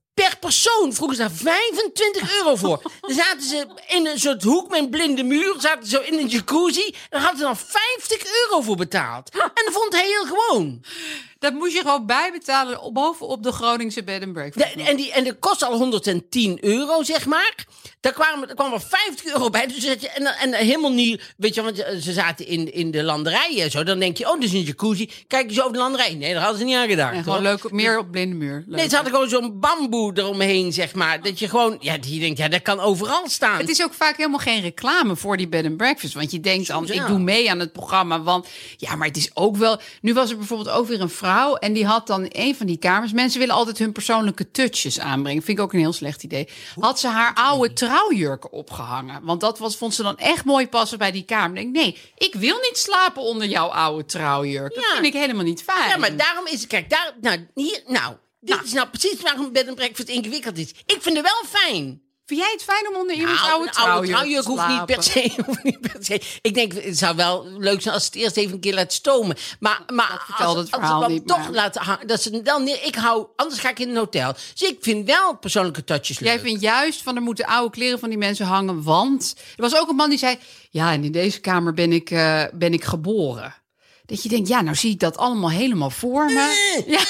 Per persoon vroegen ze daar vijfentwintig euro voor. Dan zaten ze in een soort hoek met een blinde muur. Zaten ze zo in een jacuzzi. Daar hadden ze dan vijftig euro voor betaald. En dat vond hij heel gewoon. Dat moest je gewoon bijbetalen op- bovenop de Groningse bed and breakfast. De, en, die, en dat kost al honderdtien euro, zeg maar. Daar kwam, daar kwam er vijftig euro bij. Dus dat je, en, en helemaal niet... Weet je, want ze zaten in, in de landerijen en zo. Dan denk je, oh, dit is een jacuzzi. Kijk eens over de landerij. Nee, daar hadden ze niet aan gedacht. En gewoon hoor. leuk, meer op blinde muur. Leuk. Nee, ze hadden gewoon zo'n bamboe eromheen, zeg maar. Dat je gewoon... Ja, je denkt, ja, dat kan overal staan. Het is ook vaak helemaal geen reclame voor die bed and breakfast. Want je denkt dan, Soms wel. ik doe mee aan het programma. Want ja, maar het is ook wel... Nu was er bijvoorbeeld ook weer een vrouw. En die had dan in een van die kamers... Mensen willen altijd hun persoonlijke touches aanbrengen. Vind ik ook een heel slecht idee. Had ze haar oude trouwjurken opgehangen. Want dat was, vond ze dan echt mooi passen bij die kamer. Ik denk, nee, ik wil niet slapen onder jouw oude trouwjurk. Dat Ja. vind ik helemaal niet fijn. Ja, maar daarom is het... Kijk, daar... Nou, hier... Nou, dit Nou. is nou precies waarom bed and breakfast ingewikkeld is. Ik vind het wel fijn. Vind jij het fijn om onder iemands Nou, oude een oude trouwjurk trouwjurk te hoeft niet per slapen? se. Hoeft niet per se. Ik denk, het zou wel leuk zijn als ze het eerst even een keer laat stomen. Maar, maar vertelde als, het als verhaal ze dan niet, toch maar- laten hangen. Dat ze dan neer, ik hou, anders ga ik in een hotel. Dus ik vind wel persoonlijke touches leuk. Jij vindt juist van er moeten oude kleren van die mensen hangen, want er was ook een man die zei: ja, en in deze kamer ben ik, eh, ben ik geboren. Dat je denkt, ja, nou zie ik dat allemaal helemaal voor me. Ja.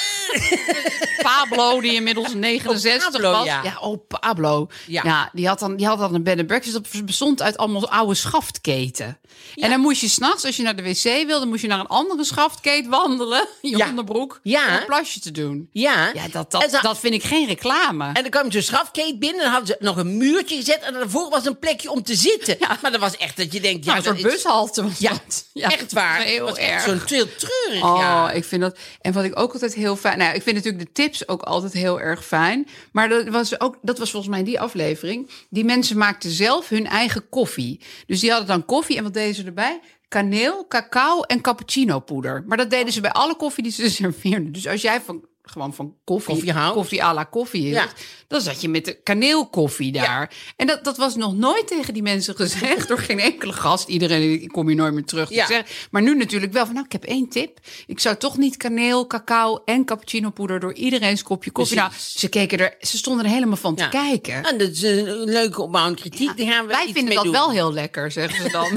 Pablo, die inmiddels negenenzestig Oh, Pablo, was. ja. Ja, oh, Pablo. Ja. Ja. die, had dan, die had dan een bed and breakfast. Dat bestond uit allemaal oude schaftketen. En dan moest je s'nachts, als je naar de wc wilde, moest je naar een andere schaftketen wandelen. In je Ja. onderbroek. Ja. Om een plasje te doen. Ja. Ja, dat, En dat, ze- dat vind ik geen reclame. En dan kwam zo'n strafkate binnen. Dan hadden ze nog een muurtje gezet. En daarvoor was een plekje om te zitten. Ja. Maar dat was echt dat je denkt... Ja, Ja, een soort dat is- bushalte was Ja, dat. echt waar. dat is heel Dat was echt erg. zo'n heel treurig, Oh, ja. ik vind dat. En wat ik ook altijd heel fijn. Nou, ja, ik vind natuurlijk de tips ook altijd heel erg fijn. Maar dat was ook, dat was volgens mij die aflevering. Die mensen maakten zelf hun eigen koffie. Dus die hadden dan koffie. En wat deden ze erbij? Kaneel, cacao en cappuccino poeder. Maar dat deden ze bij alle koffie die ze serveerden. Dus als jij van gewoon van koffie, Koffie houdt. koffie à la koffie hield, Ja. dan zat je met de kaneelkoffie daar. En dat, dat was nog nooit tegen die mensen gezegd door geen enkele gast. Iedereen, ik kom hier nooit meer terug te Ja. zeggen. Maar nu natuurlijk wel van, nou, ik heb één tip. Ik zou toch niet kaneel, cacao en cappuccino poeder door iedereen's kopje koffie. Nou, Precies. ze keken er, ze stonden er helemaal van Ja. te kijken. En dat is een leuke opbouwende kritiek. Daar gaan we Wij iets vinden mee dat doen. wel heel lekker, zeggen ze dan.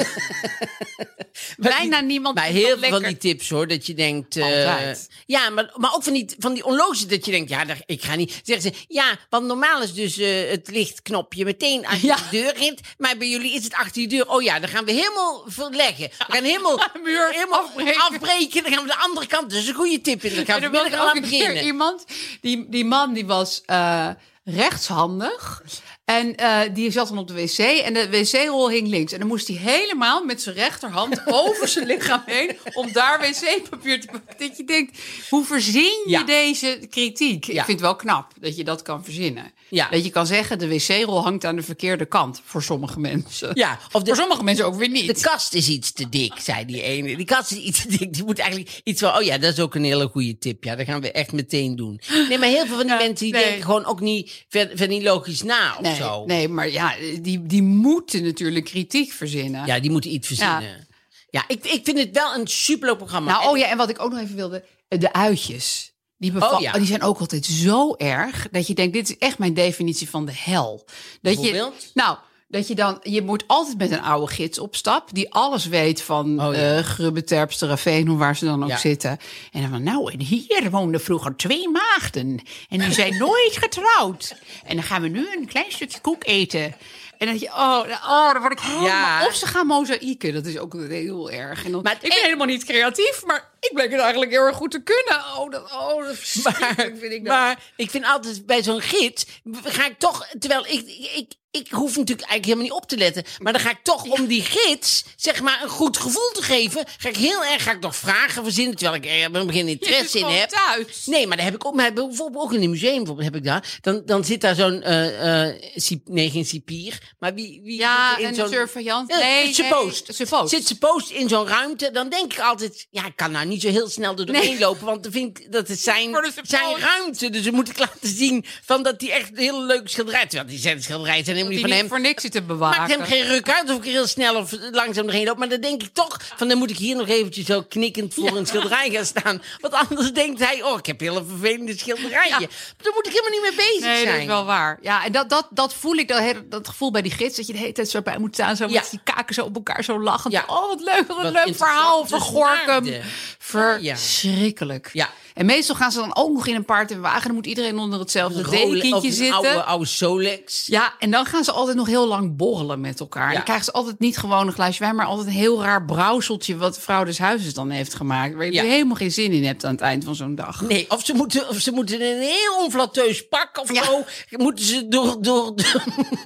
Bijna niemand Bij vindt heel dat veel van lekker. die tips hoor, dat je denkt... eh, Altijd. ja, maar, maar ook van die, van die onlogische dat je denkt... Ja, daar, ik ga niet... Zeggen ze, ja, want normaal is dus eh, het lichtknopje meteen achter Ja. de deur in. Maar bij jullie is het achter de deur. Oh ja, dan gaan we helemaal verleggen. We gaan helemaal, muur helemaal afbreken. afbreken. Dan gaan we de andere kant. Dat is een goede tip. In. Dan gaan En we er was vanmiddag al ook aan een keer beginnen. iemand, die, die man die was eh, rechtshandig. En eh, die zat dan op de wc en de wc-rol hing links. En dan moest hij helemaal met zijn rechterhand over zijn lichaam heen... om daar wc-papier te pakken. Dat je denkt, hoe verzin je Ja. deze kritiek? Ik Ja. vind het wel knap dat je dat kan verzinnen. Ja. Dat je kan zeggen, de wc-rol hangt aan de verkeerde kant. Voor sommige mensen. Ja, of de- voor sommige mensen ook weer niet. De kast is iets te dik, zei die ene. Die kast is iets te dik. Die moet eigenlijk iets van... Oh ja, dat is ook een hele goede tip. Ja, dat gaan we echt meteen doen. Nee, maar heel veel van die Ja, mensen... die nee. denken gewoon ook niet verder, verder niet logisch na of nee, zo. nee, maar ja, die, die moeten natuurlijk kritiek verzinnen. Ja, die moeten iets verzinnen. Ja, ik, ik vind het wel een superleuk programma. Nou, En- oh ja, en wat ik ook nog even wilde, de uitjes. Die, beva- Oh ja. die zijn ook altijd zo erg dat je denkt, dit is echt mijn definitie van de hel. Dat je, Bijvoorbeeld? nou, dat je dan, je moet altijd met een oude gids op stap die alles weet van Oh ja. eh, Grubbe, Terpstra, Raveen, hoe waar ze dan ook Ja. zitten. En dan van, nou, en hier woonden vroeger twee maagden en die zijn nooit getrouwd. En dan gaan we nu een klein stukje koek eten. En dan denk je, oh, oh dan word ik helemaal... Ja. Of ze gaan mozaïeken, dat is ook heel erg. En dan, Maar ik het ben e- helemaal niet creatief, maar ik bleek het eigenlijk heel erg goed te kunnen. Oh, dat, oh, dat verschrikkelijk vind ik dat. Maar ik vind altijd bij zo'n gids... ga ik toch... Terwijl ik... ik ik hoef natuurlijk eigenlijk helemaal niet op te letten. Maar dan ga ik toch om die gids, zeg maar, een goed gevoel te geven. Ga ik heel erg, ga ik nog vragen verzinnen. Terwijl ik er een begin Je zit interesse in gewoon heb. thuis. Nee, maar daar heb ik ook, maar bijvoorbeeld ook in een museum bijvoorbeeld heb ik daar. Dan, dan zit daar zo'n, eh eh ciep- nee, geen cipier. Maar wie, wie Ja, zit er in en zo'n een surveillant. Ja, Nee, supposed. nee, supposed. Zit supposed in zo'n ruimte, dan denk ik altijd, ja, ik kan nou niet zo heel snel er doorheen Nee. lopen. Want dan vind ik dat het zijn, Voor de zijn support. ruimte. Dus dan moet ik laten zien van dat hij echt een hele leuke schilderij... Terwijl die zijn schilderijen zijn helemaal Die niet van niet hem. voor niks zitten bewaken. Maakt hem geen ruk uit of ik er heel snel of langzaam doorheen loop. Maar dan denk ik toch, van dan moet ik hier nog eventjes zo knikkend voor een schilderij gaan staan. Want anders denkt hij, oh, ik heb hele vervelende schilderijen. Ja. Daar moet ik helemaal niet mee bezig Nee, zijn. dat is wel waar. Ja, en dat, dat, dat voel ik, dat, hele- dat gevoel bij die gids... dat je de hele tijd zo bij moet staan, zo Ja. met die kaken zo op elkaar zo lachend. Ja. Oh, wat leuk, wat een Wat leuk verhaal over interessante Gorkum. snaarden. Verschrikkelijk. Ja. En meestal gaan ze dan ook nog in een paard en wagen. Dan moet iedereen onder hetzelfde Een Rolex dekentje of een zitten. Oude, oude Solex. Ja, en dan gaan ze altijd nog heel lang borrelen met elkaar. En Ja. dan krijgen ze altijd niet gewoon een glaasje wijn... maar altijd een heel raar brouwseltje... wat de vrouw des huizes dan heeft gemaakt. Waar je Ja. er helemaal geen zin in hebt aan het eind van zo'n dag. Nee, of ze moeten, of ze moeten een heel onflatteus pak of Ja. zo. Moeten ze door... door, door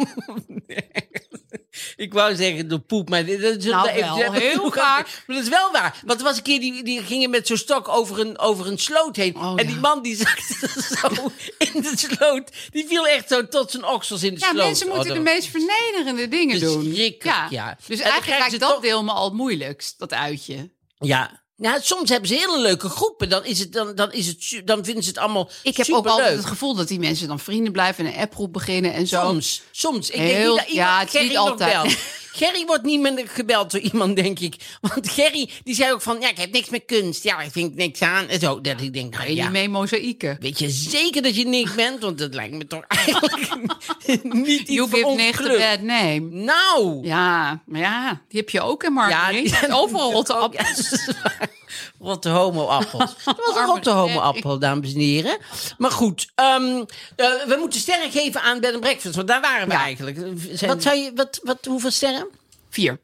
ik wou zeggen door poep, maar dat is Nou, dat- wel, heel Maar vaak. dat is wel waar. Want er was een keer, die, die gingen met zo'n stok over een, over een sloot heen. Oh, en ja. die man die zakte zo in de sloot. Die viel echt zo tot zijn oksels in de Ja, sloot. mensen Oh, moeten dat de was- meest vernederende dingen doen. Verschrikkelijk, ja. Dus En dan eigenlijk krijgen lijkt ze dat toch- deel me al het moeilijkst, dat uitje. Ja. Ja, soms hebben ze hele leuke groepen. Dan, is het, dan, dan, is het, su- dan vinden ze het allemaal Ik heb ook altijd superleuk. het gevoel dat die mensen dan vrienden blijven... en een appgroep beginnen en zo. Soms, soms. Ik denk Heel- niet dat iemand ja, het is Gerry niet nog altijd. belt. Gerry wordt niet meer gebeld door iemand, denk ik. Want Gerry, die zei ook van, ja, ik heb niks met kunst. Ja, ik vind niks aan. En zo, dat ik denk, nou, Ga je ja, niet mee mozaïeken? weet je zeker dat je niks bent? Want dat lijkt me toch eigenlijk niet iets You voor give ons niks a club. bad name. Nou. Ja, maar ja, die heb je ook in Ja, marketing. die- Overal rotte ook, appels. ja, dat is waar. Rotte homo-appels. Dat was een Arme rotte homo-appel, dames en heren. Maar goed, ehm, uh, we moeten sterren geven aan Bed and Breakfast. Want daar waren we Ja. eigenlijk. Wat zou je, wat, wat, hoeveel sterren? Vier.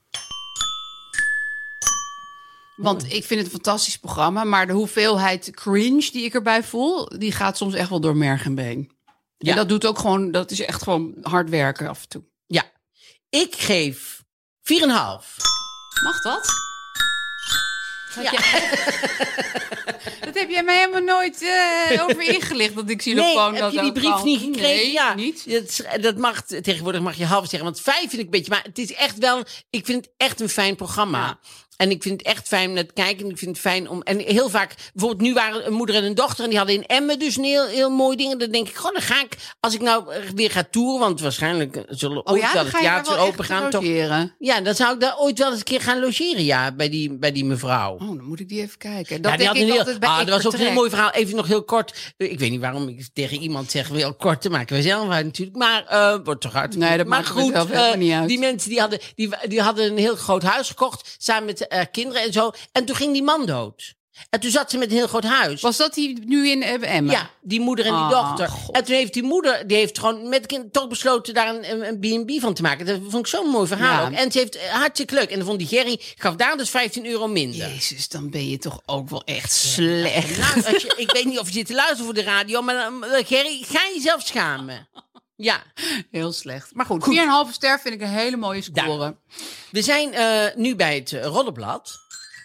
Want ik vind het een fantastisch programma, maar de hoeveelheid cringe die ik erbij voel, die gaat soms echt wel door merg en been. Ja. En dat doet ook gewoon, dat is echt gewoon hard werken af en toe. Ja. Ik geef vier komma vijf. Mag dat? Dat, Ja. jij- dat heb jij mij helemaal nooit eh, over ingelicht. Dat ik zie dat Nee, gewoon heb dat je die ook brief al- niet gekregen? Nee, ja, niet. Dat, is- dat mag, tegenwoordig mag je half zeggen. Want vijf vind ik een beetje... Maar het is echt wel... Ik vind het echt een fijn programma. Ja. En ik vind het echt fijn om naar te kijken. En ik vind het fijn om... En heel vaak... Bijvoorbeeld nu waren een moeder en een dochter... En die hadden in Emmen dus een heel, heel mooi ding. Dan denk ik, goh, dan ga ik... Als ik nou weer ga toeren... Want waarschijnlijk zullen Oh ooit ja, wel dan het ga je daar theater wel open echt gaan. Toch, logeren. ja, dan zou ik daar ooit wel eens een keer gaan logeren. Ja, bij die, bij die mevrouw. Oh, dan moet ik die even kijken. Dat Ja, die denk had ik een heel, altijd bij ah, Ik dat was ook een heel Vertrek. mooi verhaal. Even nog heel kort. Ik weet niet waarom ik tegen iemand zeg, heel kort te maken we zelf uit natuurlijk. Maar eh wordt toch uit. Nee, dat maar maakt me zelf eh, helemaal niet uit. Die mensen die hadden, die, die hadden een heel groot huis gekocht. Samen met eh, kinderen en zo. En toen ging die man dood. En toen zat ze met een heel groot huis. Was dat die nu in eh, Emmen? Ja, die moeder en die Ah, dochter. God. En toen heeft die moeder, die heeft gewoon met kind toch besloten daar een, een B en B van te maken. Dat vond ik zo'n mooi verhaal Ja. ook. En ze heeft eh, hartstikke leuk. En dan vond die Gerry, gaf daar dus vijftien euro minder. Jezus, dan ben je toch ook wel echt slecht. Nou, als je, ik weet niet of je zit te luisteren voor de radio, maar uh, Gerry, ga jezelf schamen. Ja, Heel slecht. Maar goed, vier komma vijf ster vind ik een hele mooie score. Daar. We zijn uh, nu bij het uh, Roddelblad.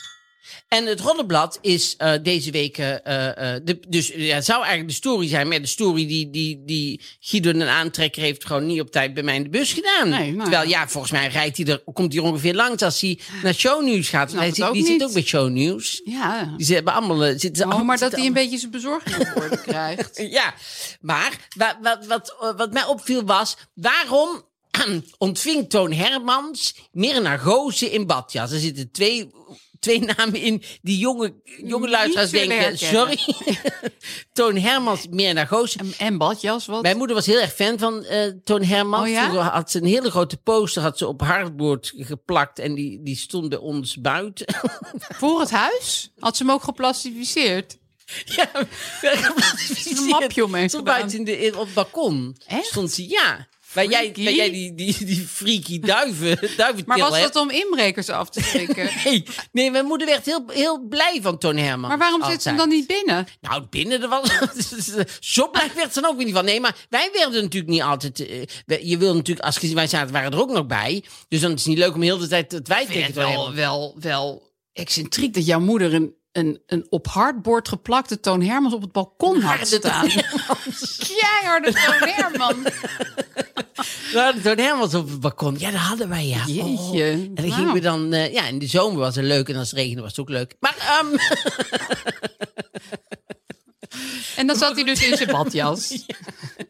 En het Roddelblad is uh, deze week... Uh, uh, de, dus ja, het zou eigenlijk de story zijn. Maar de story die, die, die Guido een aantrekker heeft... gewoon niet op tijd bij mij in de bus gedaan. Nee, nou Terwijl, ja. ja, volgens mij rijdt hij er, komt hij er ongeveer langs... als hij naar shownieuws gaat. Snap Hij het zit, ook die zit niet. ook bij shownieuws. Ja. Die ze hebben allemaal... uh, Zitten ze Oh, allemaal- maar dat zitten hij een beetje zijn bezorging op orde krijgt. Ja, maar wat, wat, wat, wat mij opviel was... waarom ontving Toon Hermans Mirna Goossen in badjas? Er zitten twee, twee namen in die jonge, jonge luisteraars zullen denken... herkennen. sorry, Toon Hermans, Mirna Goossen. En, en badjas, wat? Mijn moeder was heel erg fan van uh, Toon Hermans. Oh ja? Vroeger had ze een hele grote poster had ze op hardboard geplakt... en die, die stond bij ons buiten. Voor het huis? Had ze hem ook geplastificeerd? Ja, een mapje omheen Stond gedaan. buiten in de, in, op het balkon. Echt? Stond ze, ja. Waar jij, Freaky? waar jij die, die, die freaky duiven, duiventil Maar was hebt. dat om inbrekers af te schrikken? Nee, nee, mijn moeder werd heel, heel blij van Toon Hermans. Maar waarom zit ze hem dan niet binnen? Nou, binnen er was. Zo blij werd ze dan ook weer niet van. Nee, maar wij werden natuurlijk niet altijd. Uh, we- je wil natuurlijk, als wij zaten, waren er ook nog bij. Dus dan is het niet leuk om heel de tijd dat wij Ik vind tegen het te wel, hebben. wel, wel excentriek dat jouw moeder een, een, een op hardboard geplakte Toon Hermans op het balkon had Harde staan. Toon Hermans. Keiharde Toon Hermans. Nou, Toon Hermans op het balkon. Ja, dat hadden wij, ja. Jeetje. Oh. En dan Nou. gingen we dan... Uh, ja, in de zomer was het leuk en als het regende was het ook leuk. Maar... Um... En dan zat hij dus in zijn badjas. Ja.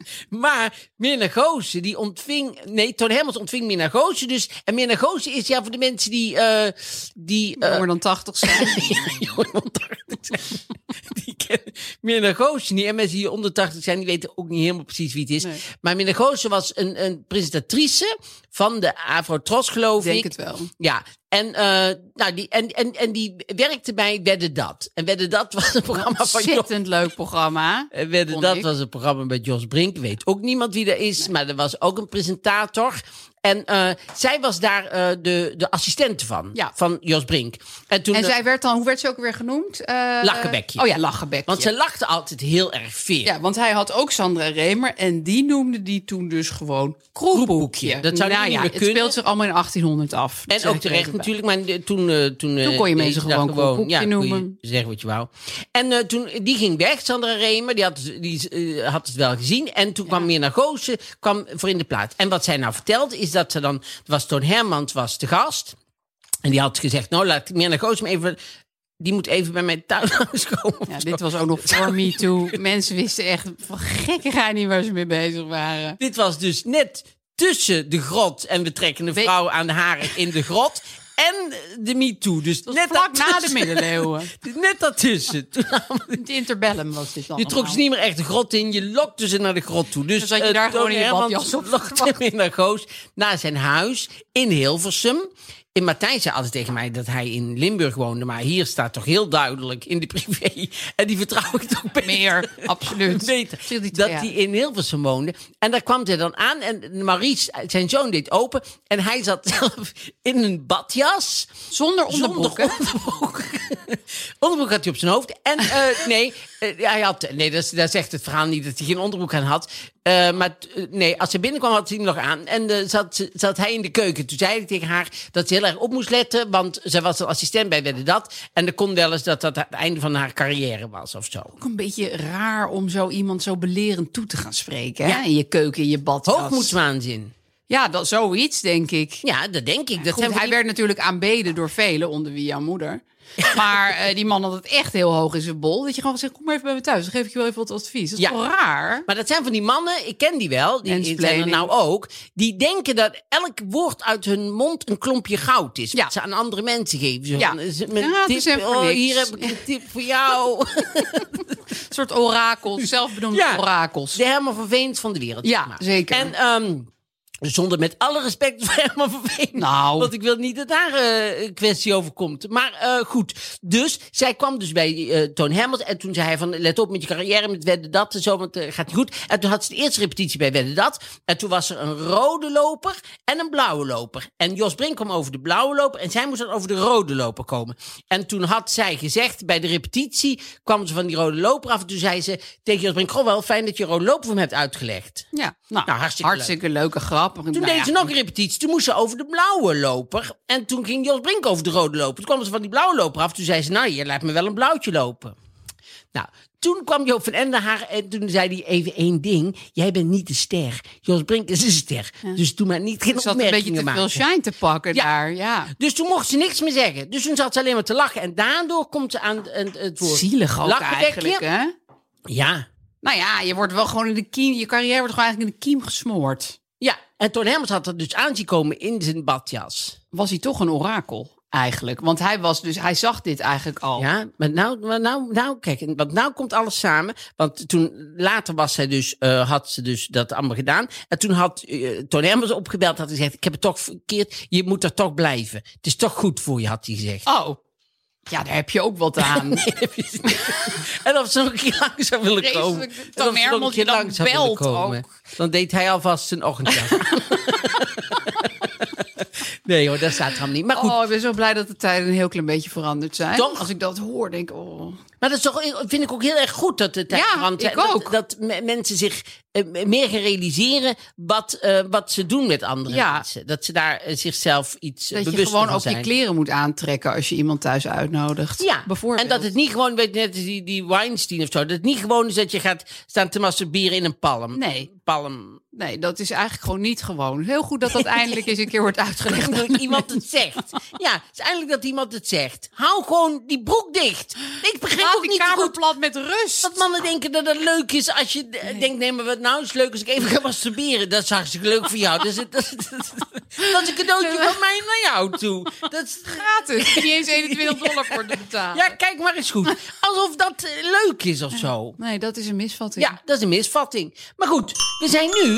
Maar Mirna Goossen, die ontving... Nee, Toon Hermans ontving Mirna Goossen dus. En Mirna Goossen is ja voor de mensen die... Uh, die uh, Jonger dan tachtig zijn. ja, jonger dan tachtig zijn. Die kennen Mirna Goossen niet. En mensen die onder tachtig zijn, die weten ook niet helemaal precies wie het is. Nee. Maar Mirna Goossen was een, een presentatrice van de Afro-Tros, geloof Ik ik. denk het wel. Ja, en, uh, nou, die, en, en, en die werkte bij Wedde Dat. En Wedde Dat was een programma van Jos. Ontzettend leuk programma. En Wedde vond Dat ik. was een programma met Jos Brink. Weet ook niemand wie dat is, nee. Maar er was ook een presentator. En uh, zij was daar uh, de, de assistente van, Ja. van Jos Brink. En, toen, En uh, zij werd dan, hoe werd ze ook weer genoemd? Uh, Lachebekje. Oh ja, Lachebekje. Want ze lachte altijd heel erg veel. Ja, want hij had ook Sandra Remer en die noemde die toen dus gewoon Kroephoekje. Dat zou nou niet ja, meer het kunnen. speelt zich allemaal in achttienhonderd af. En zeg ook ik terecht erbij. natuurlijk, maar de- toen... Uh, toen, uh, Toen kon je mensen deed gewoon dat Kroephoekje ja, kon je noemen. zeggen wat je wou. En uh, toen, die ging weg, Sandra Remer, die had, die, uh, had het wel gezien. En toen kwam Mirna Goossen kwam voor in de plaats. En wat zij nou vertelde, is dat ze dan... was Toon Hermans was de gast. En die had gezegd, nou, laat Mirna Goossen even... Die moet even bij mij thuis langskomen. Ja, dit was ook nog voor Me Too. Mensen wisten echt van gekkigheid niet waar ze mee bezig waren. Dit was dus net tussen de grot en we trekken de We- vrouw aan de haren in de grot en de MeToo. Dus net Vlak na de daartussen. middeleeuwen. Net daartussen. Toen namen we- Het interbellum was dit dan. je trok ze niet meer echt de grot in, je lokte ze naar de grot toe. Dus Dan zat je eh, daar gewoon Toon in je Hermans badjas op te lokte hem in naar Goos naar zijn huis in Hilversum. En Martijn zei altijd tegen mij dat hij in Limburg woonde. Maar hier staat toch heel duidelijk in de privé. En die vertrouw ik toch beter. Meer, absoluut. Beter, Zie die dat twee, hij ja. in Hilversum woonde. En daar kwam hij dan aan. En Maurice, zijn zoon, deed open. En hij zat zelf in een badjas. Zonder onderbroek, hè? Zonder onderbroek. Onderbroek had hij op zijn hoofd. En uh, nee, uh, hij had, nee dat, dat zegt het verhaal niet dat hij geen onderbroek aan had. Uh, maar uh, nee, als hij binnenkwam had hij hem nog aan. En uh, zat, zat hij in de keuken. Toen zei hij tegen haar dat ze heel erg op moest letten. Want zij was een assistent bij Wedde Dat. En er kon wel eens dat dat het einde van haar carrière was of zo. Ook een beetje raar om zo iemand zo belerend toe te gaan spreken. Ja. Hè? In je keuken, in je badjas. Hoogmoedswaanzin. Ja, dat, zoiets, denk ik. Ja, dat denk ik. Dat Goed, zijn van hij die- werd natuurlijk aanbeden door velen, onder wie jouw moeder. Maar uh, die man had het echt heel hoog in zijn bol. Dat je gewoon zegt, kom maar even bij me thuis. Dan geef ik je wel even wat advies. Dat is Ja. wel raar. Maar dat zijn van die mannen, ik ken die wel, die zijn er Mansplaining. nou ook. Die denken dat elk woord uit hun mond een klompje goud is. Ja. Wat ze aan andere mensen geven. Zo Ja. van, is het mijn Ja, het tip, is even voor oh, niks. hier heb ik een tip voor jou. Een soort orakels, zelfbenoemde Ja. orakels. De Herman van Veens van de wereld. Ja, zeg maar. zeker. En um, zonder met alle respect voor Herman van Veen. Nou. Want ik wil niet dat daar uh, een kwestie over komt. Maar uh, goed. Dus zij kwam dus bij uh, Toon Hermans. En toen zei hij van, let op met je carrière, met Wedde Dat en zo, want uh, gaat niet goed. En toen had ze de eerste repetitie bij Wedde Dat. En toen was er een rode loper en een blauwe loper. En Jos Brink kwam over de blauwe loper en zij moest dan over de rode loper komen. En toen had zij gezegd, bij de repetitie kwam ze van die rode loper af. En toen zei ze tegen Jos Brink, goh, wel fijn dat je rode loper voor me hebt uitgelegd. Ja, nou, Nou, hartstikke hartstikke leuke grap. Toen Nou deed ja. ze nog een repetitie. Toen moest ze over de blauwe loper. En toen ging Jos Brink over de rode loper. Toen kwam ze van die blauwe loper af. Toen zei ze, nou, je laat me wel een blauwtje lopen. Nou, toen kwam Joop van Ende haar en toen zei hij even één ding. Jij bent niet de ster. Jos Brink is een ster. Dus doe maar niet geen Ze had een beetje opmerkingen te veel maken. shine te pakken Ja. daar, ja. Dus toen mocht ze niks meer zeggen. Dus toen zat ze alleen maar te lachen. En daardoor komt ze aan het, het woord. Zielig ook lachbekje. eigenlijk, hè? Ja. Nou ja, je wordt wel gewoon in de kiem, je carrière wordt gewoon eigenlijk in de kiem gesmoord. Ja, en Toon Hermans had er dus aan zien komen in zijn badjas. Was hij toch een orakel, eigenlijk? Want hij was dus, hij zag dit eigenlijk al. Ja, maar nou, maar nou, nou, kijk, want nou komt alles samen. Want toen, later was zij dus, uh, had ze dus dat allemaal gedaan. En toen had uh, Toon Hermans opgebeld, had gezegd, ik heb het toch verkeerd, je moet er toch blijven. Het is toch goed voor je, had hij gezegd. Oh, ja, daar heb je ook wat aan. Nee, heb je niet. En of ze nog een keer lang zou willen Vreselijk komen. dat En Toon of ze nog een Hermans keer je dan lang zou willen belt komen. ook. Dan deed hij alvast zijn ochtendjas. Nee hoor, dat staat er allemaal niet. Maar goed, Oh, ik ben zo blij dat de tijden een heel klein beetje veranderd zijn. Toch? Als ik dat hoor, denk ik, oh. maar dat is toch, vind ik ook heel erg goed dat het Ja, want, ik dat, ook. dat me- mensen zich uh, meer gaan realiseren wat, uh, wat ze doen met andere Ja. mensen. Dat ze daar uh, zichzelf iets uh, Dat je bewuster gewoon van ook zijn. je kleren moet aantrekken als je iemand thuis uitnodigt. Ja, bijvoorbeeld. en dat het niet gewoon, weet je, net die, die Weinstein of zo, dat het niet gewoon is dat je gaat staan te masturberen in een palm. Nee. Palm. Nee, dat is eigenlijk gewoon niet gewoon. Heel goed dat dat eindelijk eens een keer wordt uitgelegd. Dat iemand het zegt. Ja, het is eindelijk dat iemand het zegt. Hou gewoon die broek dicht. Ik begrijp Laat ook die niet zo kamer goed plat met rust. dat mannen denken dat het leuk is als je nee. denkt... nee, maar wat nou is leuk als ik even ga masturberen. Dat is hartstikke leuk voor jou. Dat is, dat, dat, dat is een cadeautje van mij naar jou toe. Dat is gratis. Niet eens eenentwintig dollar voor te betalen. Ja, kijk maar eens goed. Alsof dat uh, leuk is of zo. Nee, dat is een misvatting. Ja, dat is een misvatting. Maar goed, we zijn nu...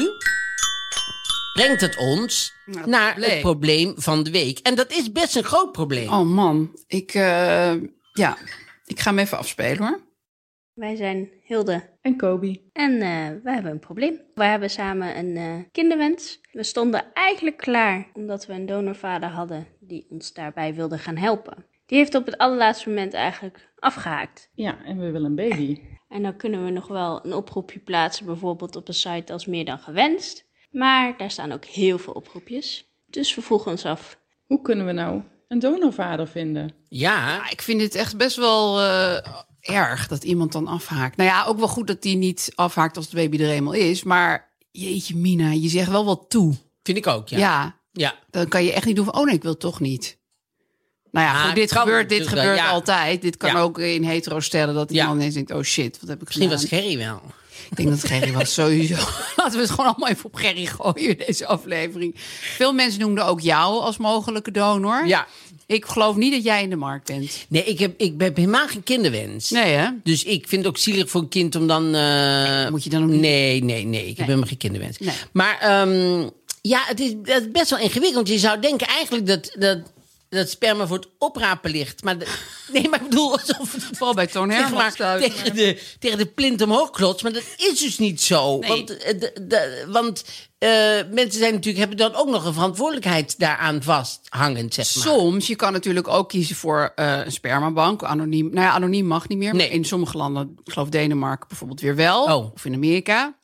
brengt het ons nou, naar probleem. het probleem van de week. En dat is best een groot probleem. Oh man, ik, uh, ja, ik ga hem even afspelen hoor. Wij zijn Hilde en Kobi. En uh, wij hebben een probleem. Wij hebben samen een uh, kinderwens. We stonden eigenlijk klaar omdat we een donorvader hadden die ons daarbij wilde gaan helpen. Die heeft op het allerlaatste moment eigenlijk afgehaakt. Ja, en we willen een baby. En dan kunnen we nog wel een oproepje plaatsen, bijvoorbeeld op een site als Meer dan Gewenst. Maar daar staan ook heel veel oproepjes. Dus we vroegen ons af, hoe kunnen we nou een donorvader vinden? Ja, ja ik vind het echt best wel uh, erg dat iemand dan afhaakt. Nou ja, ook wel goed dat die niet afhaakt als de baby er eenmaal is. Maar jeetje Mina, je zegt wel wat toe. Vind ik ook, ja. Ja, ja. Dan kan je echt niet doen van, oh nee, ik wil toch niet. Nou ja, ah, goed, dit gebeurt, dit gebeurt ja. altijd. Dit kan ja. ook in hetero stellen dat iemand ja. ineens denkt, oh shit, wat heb ik Misschien gedaan? was Gerry wel. Ik denk dat Gerry was sowieso. Laten we het gewoon allemaal even op Gerry gooien, deze aflevering. Veel mensen noemden ook jou als mogelijke donor. Ja. Ik geloof niet dat jij in de markt bent. Nee, ik heb, ik heb helemaal geen kinderwens. Nee, hè? Dus ik vind het ook zielig voor een kind om dan... Uh... Moet je dan ook niet... Nee, nee, nee. Ik nee. heb helemaal geen kinderwens. Nee. Maar um, ja, het is, het is best wel ingewikkeld. Je zou denken eigenlijk dat... dat dat sperma voor het oprapen ligt. Maar de, nee, maar ik bedoel alsof het vooral bij Toon Hermans tegen de, tegen de plint omhoog klotst. Maar dat is dus niet zo. Nee. Want, de, de, want uh, mensen zijn natuurlijk, hebben dan ook nog een verantwoordelijkheid daaraan vasthangend, zeg maar. Soms, je kan natuurlijk ook kiezen voor uh, een spermabank. Anoniem. Nou ja, anoniem mag niet meer. Nee. Maar in sommige landen, ik geloof Denemarken bijvoorbeeld weer wel. Oh. Of in Amerika.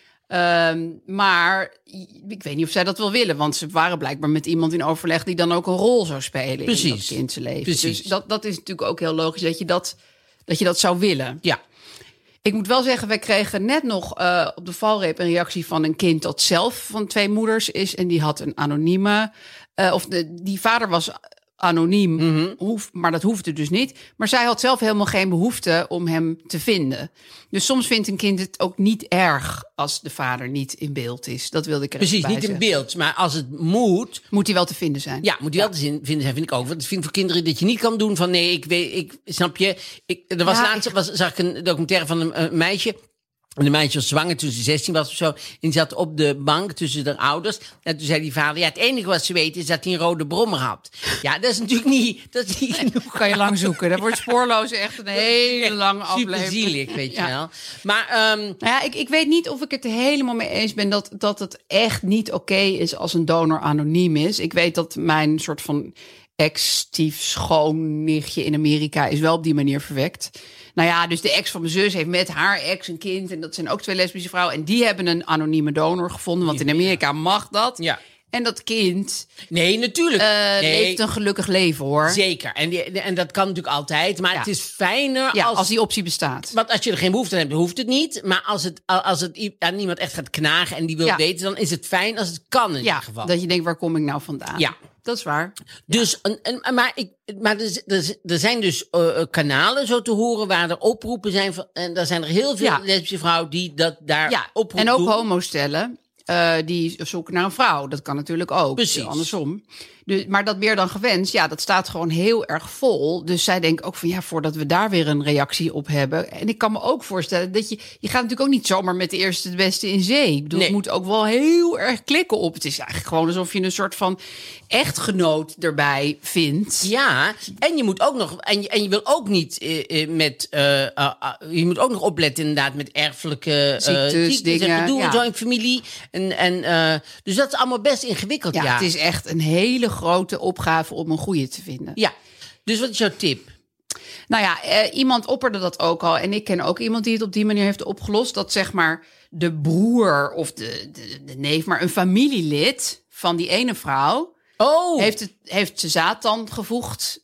Um, maar ik weet niet of zij dat wel willen. Want ze waren blijkbaar met iemand in overleg die dan ook een rol zou spelen Precies. in dat kind zijn leven. Precies. Dus dat, dat is natuurlijk ook heel logisch dat je dat, dat je dat zou willen. Ja. Ik moet wel zeggen, wij kregen net nog uh, op de valreep een reactie van een kind dat zelf van twee moeders is. En die had een anonieme, uh, of de, die vader was anoniem, mm-hmm. hoef, maar dat hoefde dus niet. Maar zij had zelf helemaal geen behoefte om hem te vinden. Dus soms vindt een kind het ook niet erg als de vader niet in beeld is. Dat wilde ik er Precies, bij niet zeggen. in beeld. Maar als het moet... Moet hij wel te vinden zijn. Ja, moet hij wel te vinden zijn, vind ik ook. Want ik vind voor kinderen dat je niet kan doen van... nee, ik weet, ik snap je. Ik, er was Ja, laatst, ik... was, zag ik een documentaire van een, een meisje... En de meisje was zwanger toen ze zestien was of zo. En die zat op de bank tussen haar ouders. En toen zei die vader... ja, het enige wat ze weet is dat hij een rode brommer had. Ja, dat is natuurlijk niet... Dat is niet genoeg. Kan je lang zoeken. Dat wordt spoorloos echt een hele lange aflevering. Super zielig, weet je ja. wel. Maar um... nou ja, ik, ik weet niet of ik het er helemaal mee eens ben... dat, dat het echt niet oké okay is als een donor anoniem is. Ik weet dat mijn soort van ex-stief schoonnichtje in Amerika... is wel op die manier verwekt... Nou ja, dus de ex van mijn zus heeft met haar ex een kind. En dat zijn ook twee lesbische vrouwen. En die hebben een anonieme donor gevonden. Want in Amerika mag dat. Ja. En dat kind... Nee, natuurlijk. Uh, nee. leeft een gelukkig leven, hoor. Zeker. En, die, en dat kan natuurlijk altijd. Maar ja. het is fijner ja, als... als die optie bestaat. Want als je er geen behoefte aan hebt, hoeft het niet. Maar als het, als het aan iemand echt gaat knagen en die wil ja. weten... dan is het fijn als het kan in ja, ieder geval. Dat je denkt, waar kom ik nou vandaan? Ja. Dat is waar. Dus, ja. en, maar, ik, maar er, er, er zijn dus uh, kanalen zo te horen waar er oproepen zijn. Van, en daar zijn er heel veel ja. lesbische vrouwen die dat daar ja. oproepen En ook doen. homostellen. Uh, die zoeken naar een vrouw. Dat kan natuurlijk ook. Precies. Andersom. Dus, maar dat Meer dan Gewenst, ja, dat staat gewoon heel erg vol. Dus zij denken ook van, ja, voordat we daar weer een reactie op hebben. En ik kan me ook voorstellen dat je... Je gaat natuurlijk ook niet zomaar met de eerste het beste in zee. Ik bedoel, nee. Het moet ook wel heel erg klikken op. Het is eigenlijk gewoon alsof je een soort van echtgenoot erbij vindt. Ja, en je moet ook nog... En je, en je wil ook niet uh, met... Uh, uh, uh, je moet ook nog opletten inderdaad met erfelijke... Uh, ziektes, ziektes dingen. En gedoe ja. en zo in familie. En, en, uh, dus dat is allemaal best ingewikkeld, ja. Ja, het is echt een hele grote opgave om een goede te vinden. Ja, dus wat is jouw tip? Nou ja, eh, iemand opperde dat ook al. En ik ken ook iemand die het op die manier heeft opgelost. Dat zeg maar de broer of de, de, de neef, maar een familielid van die ene vrouw... Oh. heeft, het, heeft ze zaad dan gevoegd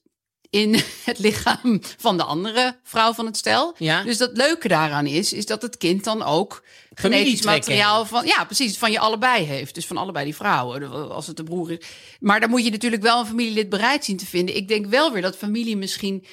in het lichaam van de andere vrouw van het stel. Ja. Dus dat leuke daaraan is, is dat het kind dan ook genetisch Familietrekken materiaal van, ja, precies, van je allebei heeft. Dus van allebei die vrouwen, als het de broer is. Maar dan moet je natuurlijk wel een familielid bereid zien te vinden. Ik denk wel weer dat familie misschien,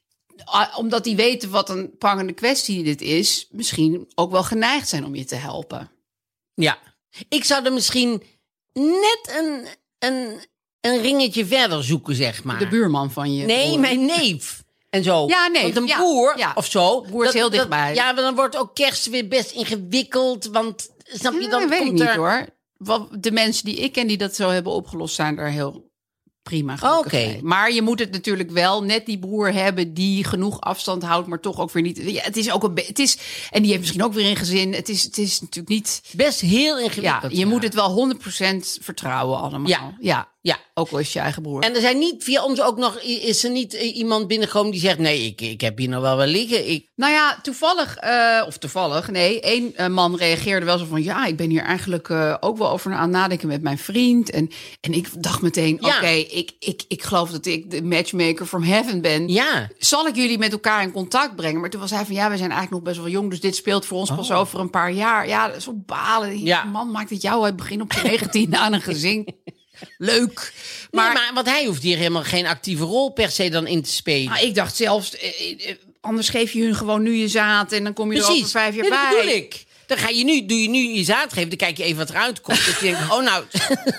omdat die weten wat een prangende kwestie dit is, misschien ook wel geneigd zijn om je te helpen. Ja. Ik zou er misschien net een, een, een ringetje verder zoeken, zeg maar. De buurman van je Nee, broer. mijn neef. En zo. Ja, neef, Want een ja, broer ja. of zo. Broer is heel dichtbij. Ja, maar dan wordt ook kerst weer best ingewikkeld. Want, snap je, Ja, dan weet komt ik niet er... hoor. Wat, de mensen die ik ken die dat zo hebben opgelost, zijn daar heel prima gelukkig Oké. mee. Maar je moet het natuurlijk wel net die broer hebben die genoeg afstand houdt, maar toch ook weer niet. Ja, het is ook een be- het is en die heeft misschien ook weer een gezin. Het is het is natuurlijk niet. Best heel Ja, ingewikkeld. je moet het wel honderd procent vertrouwen allemaal. Ja. ja, Ja. ook al is je eigen broer. En er zijn niet, via ons ook nog, is er niet eh, iemand binnengekomen die zegt, nee, ik, ik heb hier nog wel wel liggen. Ik... Nou ja, toevallig, uh, of toevallig, nee, één uh, man reageerde wel zo van, ja, ik ben hier eigenlijk uh, ook wel over aan nadenken met mijn vriend. En, en ik dacht meteen, Ja. oké, okay, ik, ik, ik geloof dat ik de matchmaker from heaven ben. Ja. Zal ik jullie met elkaar in contact brengen? Maar toen was hij van, ja, we zijn eigenlijk nog best wel jong, dus dit speelt voor ons Oh. pas over een paar jaar. Ja, dat is op balen. Ja. Man, maakt het jou, hij begint op je negentiende aan een gezin. Leuk. Maar, Maar, nee, maar want hij hoeft hier helemaal geen actieve rol per se dan in te spelen. maar ik dacht zelfs, eh, eh, anders geef je hun gewoon nu je zaad en dan kom je er over Precies. vijf jaar Nee, dat bij. bedoel ik. Dan ga je nu, doe je nu je zaad geven, dan kijk je even wat eruit komt. Dat je denkt, oh nou,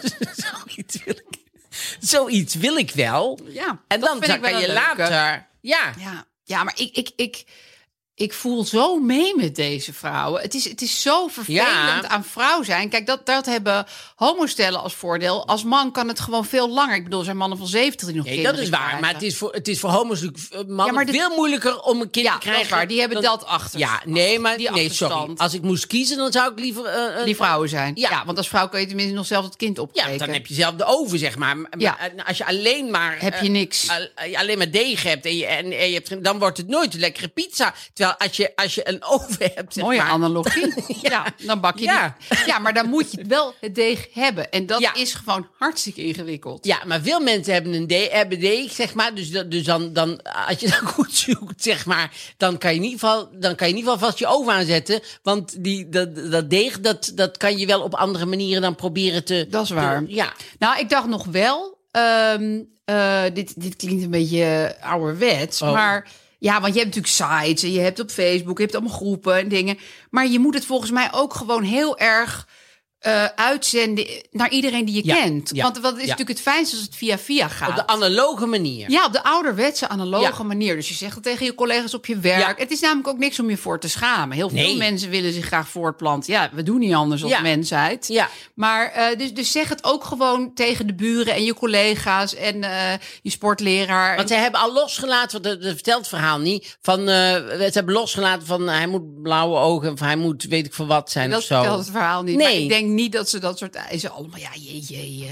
zoiets wil ik. Zoiets wil ik wel. Ja, En dat dan vind ik kan wel je een leuke. later. Ja. Ja, ja, maar ik, ik, ik, ik voel zo mee met deze vrouwen. Het is, het is zo vervelend Ja. aan vrouw zijn. Kijk, dat, dat hebben homostellen als voordeel. Als man kan het gewoon veel langer. Ik bedoel, er zijn mannen van zeventig die nog Nee, kinderen dat is waar. krijgen. Maar het is voor, het is voor homo's mannen Ja, maar dit- veel moeilijker om een kind Ja, te krijgen. dat is waar. Die hebben dat achter. Ja, nee, maar Die nee, sorry. achterstand. Als ik moest kiezen, dan zou ik liever... eh, een- Die vrouwen zijn. Ja. Ja. want als vrouw kan je tenminste nog zelf het kind opbreken. Ja, dan heb je zelf de oven, zeg maar. Maar Ja. als je alleen maar... Heb je eh, niks. al- alleen maar deeg hebt en je, en, en je hebt, geen- dan wordt het nooit een lekkere pizza. Terwijl als je, als je een oven hebt, zeg Mooie maar... analogie. ja. dan bak je Ja. die. Ja, maar dan moet je wel het deeg hebben. En dat Ja. is gewoon hartstikke ingewikkeld. Ja, maar veel mensen hebben een deeg, hebben deeg, zeg maar. Dus, dat- dus dan, dan, als je dan goed zoekt, zeg maar, dan kan je in ieder geval, dan kan je in ieder geval vast je oven aanzetten. Want die, dat, dat deeg, dat, dat kan je wel op andere manieren dan proberen te... Dat is waar. te- ja. Nou, ik dacht nog wel. ehm, eh, dit, dit klinkt een beetje ouderwets. Oh. Maar ja, want je hebt natuurlijk sites. En je hebt op Facebook. Je hebt allemaal groepen en dingen. Maar je moet het volgens mij ook gewoon heel erg eh, uitzenden naar iedereen die je Ja, kent. ja, Want wat is ja. natuurlijk het fijnste als het via via gaat. Op de analoge manier. Ja, op de ouderwetse, analoge Ja. manier. Dus je zegt het tegen je collega's op je werk. Ja. Het is namelijk ook niks om je voor te schamen. Heel veel Nee. mensen willen zich graag voortplanten. Ja, we doen niet anders als Ja. mensheid. Ja. Maar eh, dus, dus zeg het ook gewoon tegen de buren en je collega's en eh, je sportleraar. Want zij hebben al losgelaten, want dat, dat vertelt het verhaal niet. Van, eh, ze hebben losgelaten van hij moet blauwe ogen of hij moet weet ik veel wat zijn dat of zo. vertelt het verhaal niet. Nee. Maar ik denk niet dat ze dat soort eisen allemaal... Ja, jeetje. eh,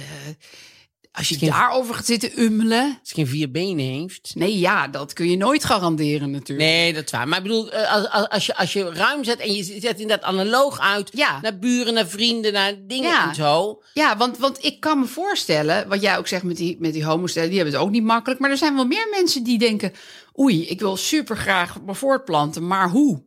als je Misschien- daarover gaat zitten ummelen... Als hij geen vier benen heeft. Nee, ja, dat kun je nooit garanderen natuurlijk. Nee, dat is waar. Maar ik bedoel, eh, als, als, als, je, als je ruim zet en je zet inderdaad analoog uit... Ja. naar buren, naar vrienden, naar dingen Ja. en zo... Ja, want, want ik kan me voorstellen, wat jij ook zegt met die, met die homostellen, die hebben het ook niet makkelijk. Maar er zijn wel meer mensen die denken, oei, ik wil super graag me voortplanten, maar hoe?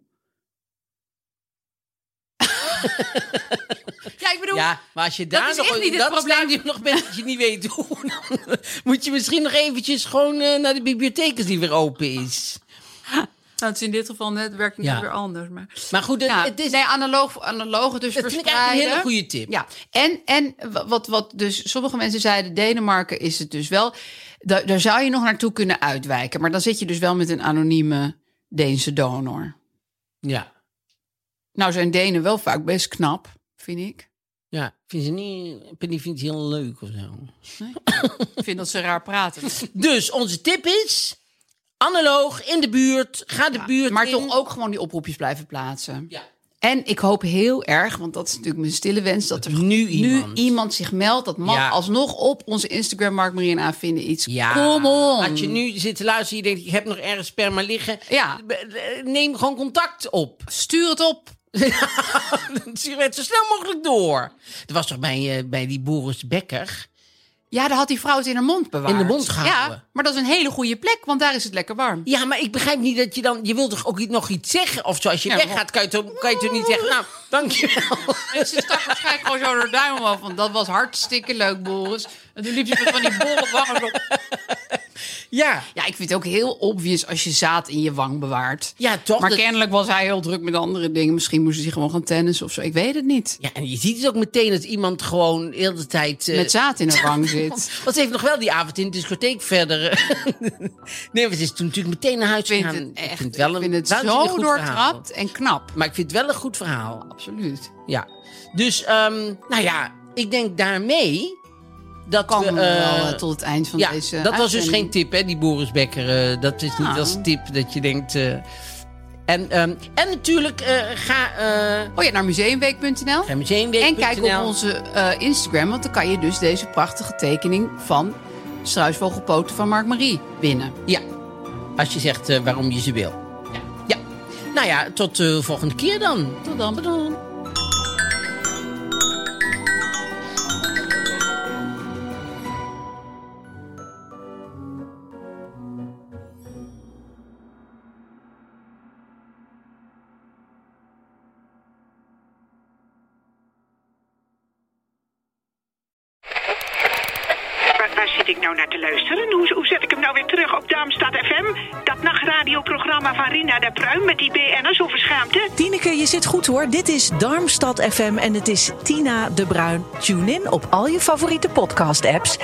Ja, ik bedoel, Ja, maar als je daar is nog echt niet het dat probleem. stadium nog bent dat je niet weet hoe... dan moet je misschien nog eventjes gewoon eh, naar de bibliotheek als die weer open is. nou, het is in dit geval net werkt het Ja. weer anders. Maar... Maar goed, het, Ja, het is... nee, analoog, analoog dus dat vind ik verspreiden. eigenlijk een hele goede tip. Ja, en, en wat, wat dus sommige mensen zeiden, Denemarken is het dus wel. Daar, daar zou je nog naartoe kunnen uitwijken. Maar dan zit je dus wel met een anonieme Deense donor. Ja. Nou zijn Denen wel vaak best knap, vind ik. Ja, ik vind ze niet... Penny vindt het heel leuk of zo. Nee? Ik vind dat ze raar praten. Dus onze tip is... analoog, in de buurt, ga de buurt Maar in. toch ook gewoon die oproepjes blijven plaatsen. Ja. En ik hoop heel erg, want dat is natuurlijk mijn stille wens... dat er nu iemand. iemand zich meldt. Dat mag Ja. alsnog op onze Instagram, Mark Marie en A vinden iets. Ja, Kom on. als je nu zit te luisteren, je denkt, ik heb nog ergens sperma liggen. Ja. Neem gewoon contact op. Stuur het op. Stuur het zo snel mogelijk door. Er was toch bij, eh, bij die Boris Becker... Ja, daar had die vrouw het in haar mond bewaard. In de mond gehouden. Ja, maar dat is een hele goede plek, want daar is het lekker warm. Ja, maar ik begrijp niet dat je dan... Je wilt toch ook nog iets zeggen? Of zo, als je Ja, weggaat, kan je, toch, kan je toch niet zeggen... Nou, dankjewel. En ze stak waarschijnlijk gewoon zo door de duim af. Want dat was hartstikke leuk, Boris. En toen liep ze met van die bolle wangen op. Ja. Ja, ik vind het ook heel obvious als je zaad in je wang bewaart. Ja, toch? Maar dat... kennelijk was hij heel druk met andere dingen. Misschien moest hij gewoon gaan tennissen of zo. Ik weet het niet. Ja, en je ziet het ook meteen dat iemand gewoon de hele tijd... Uh... Met zaad in haar wang zit. Want ze heeft nog wel die avond in de discotheek verder... nee, maar ze is toen natuurlijk meteen naar huis Ik vind gegaan. het echt, ik vind het, wel ik vind een het waanzinnig zo goed doortrapt verhaal. en knap. Maar ik vind het wel een goed verhaal. Absoluut. Ja. Dus, um, nou ja, ik denk daarmee... Dat Kan we, we wel uh, uh, tot het eind van ja, deze dat was dus uitzending. geen tip, hè, die Boris Becker. Uh, dat is Ja. niet als tip dat je denkt... Uh, en, um, en natuurlijk, uh, ga... Uh, Oh ja, naar museumweek punt n l. ga museumweek punt n l. En kijk op onze uh, Instagram, want dan kan je dus deze prachtige tekening van struisvogelpoten van Mark Marie winnen. Ja, als je zegt uh, waarom je ze wil. Ja. ja. Nou ja, tot de uh, volgende keer dan. Tot dan. Tot dan. Zit ik nou naar te luisteren? Hoe, hoe zet ik hem nou weer terug op Darmstad F M? Dat nachtradioprogramma van Rina de Pruim met die B N'ers over schaamte? Tineke, je zit goed hoor. Dit is Darmstad F M en het is Tina de Bruin. Tune in op al je favoriete podcast-apps.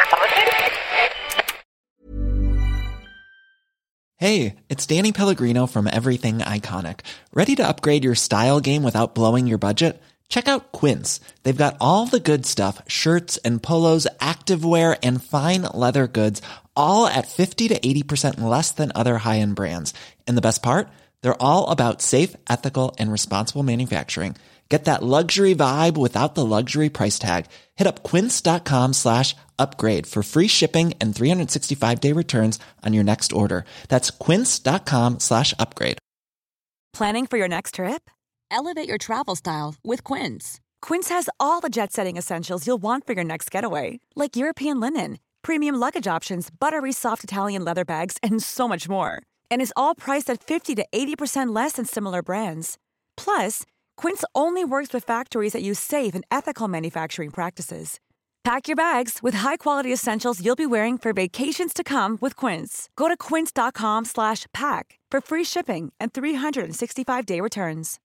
Hey, it's Danny Pellegrino from Everything Iconic. Ready to upgrade your style game without blowing your budget? Check out Quince. They've got all the good stuff, shirts and polos, activewear, and fine leather goods, all at fifty to eighty percent less than other high-end brands. And the best part? They're all about safe, ethical, and responsible manufacturing. Get that luxury vibe without the luxury price tag. Hit up quince.com slash upgrade for free shipping and three sixty-five day returns on your next order. That's quince.com slash upgrade. Planning for your next trip? Elevate your travel style with Quince. Quince has all the jet-setting essentials you'll want for your next getaway, like European linen, premium luggage options, buttery soft Italian leather bags, and so much more. And is all priced at fifty to eighty percent less than similar brands. Plus, Quince only works with factories that use safe and ethical manufacturing practices. Pack your bags with high-quality essentials you'll be wearing for vacations to come with Quince. Go to quince.com slash pack for free shipping and three sixty-five day returns.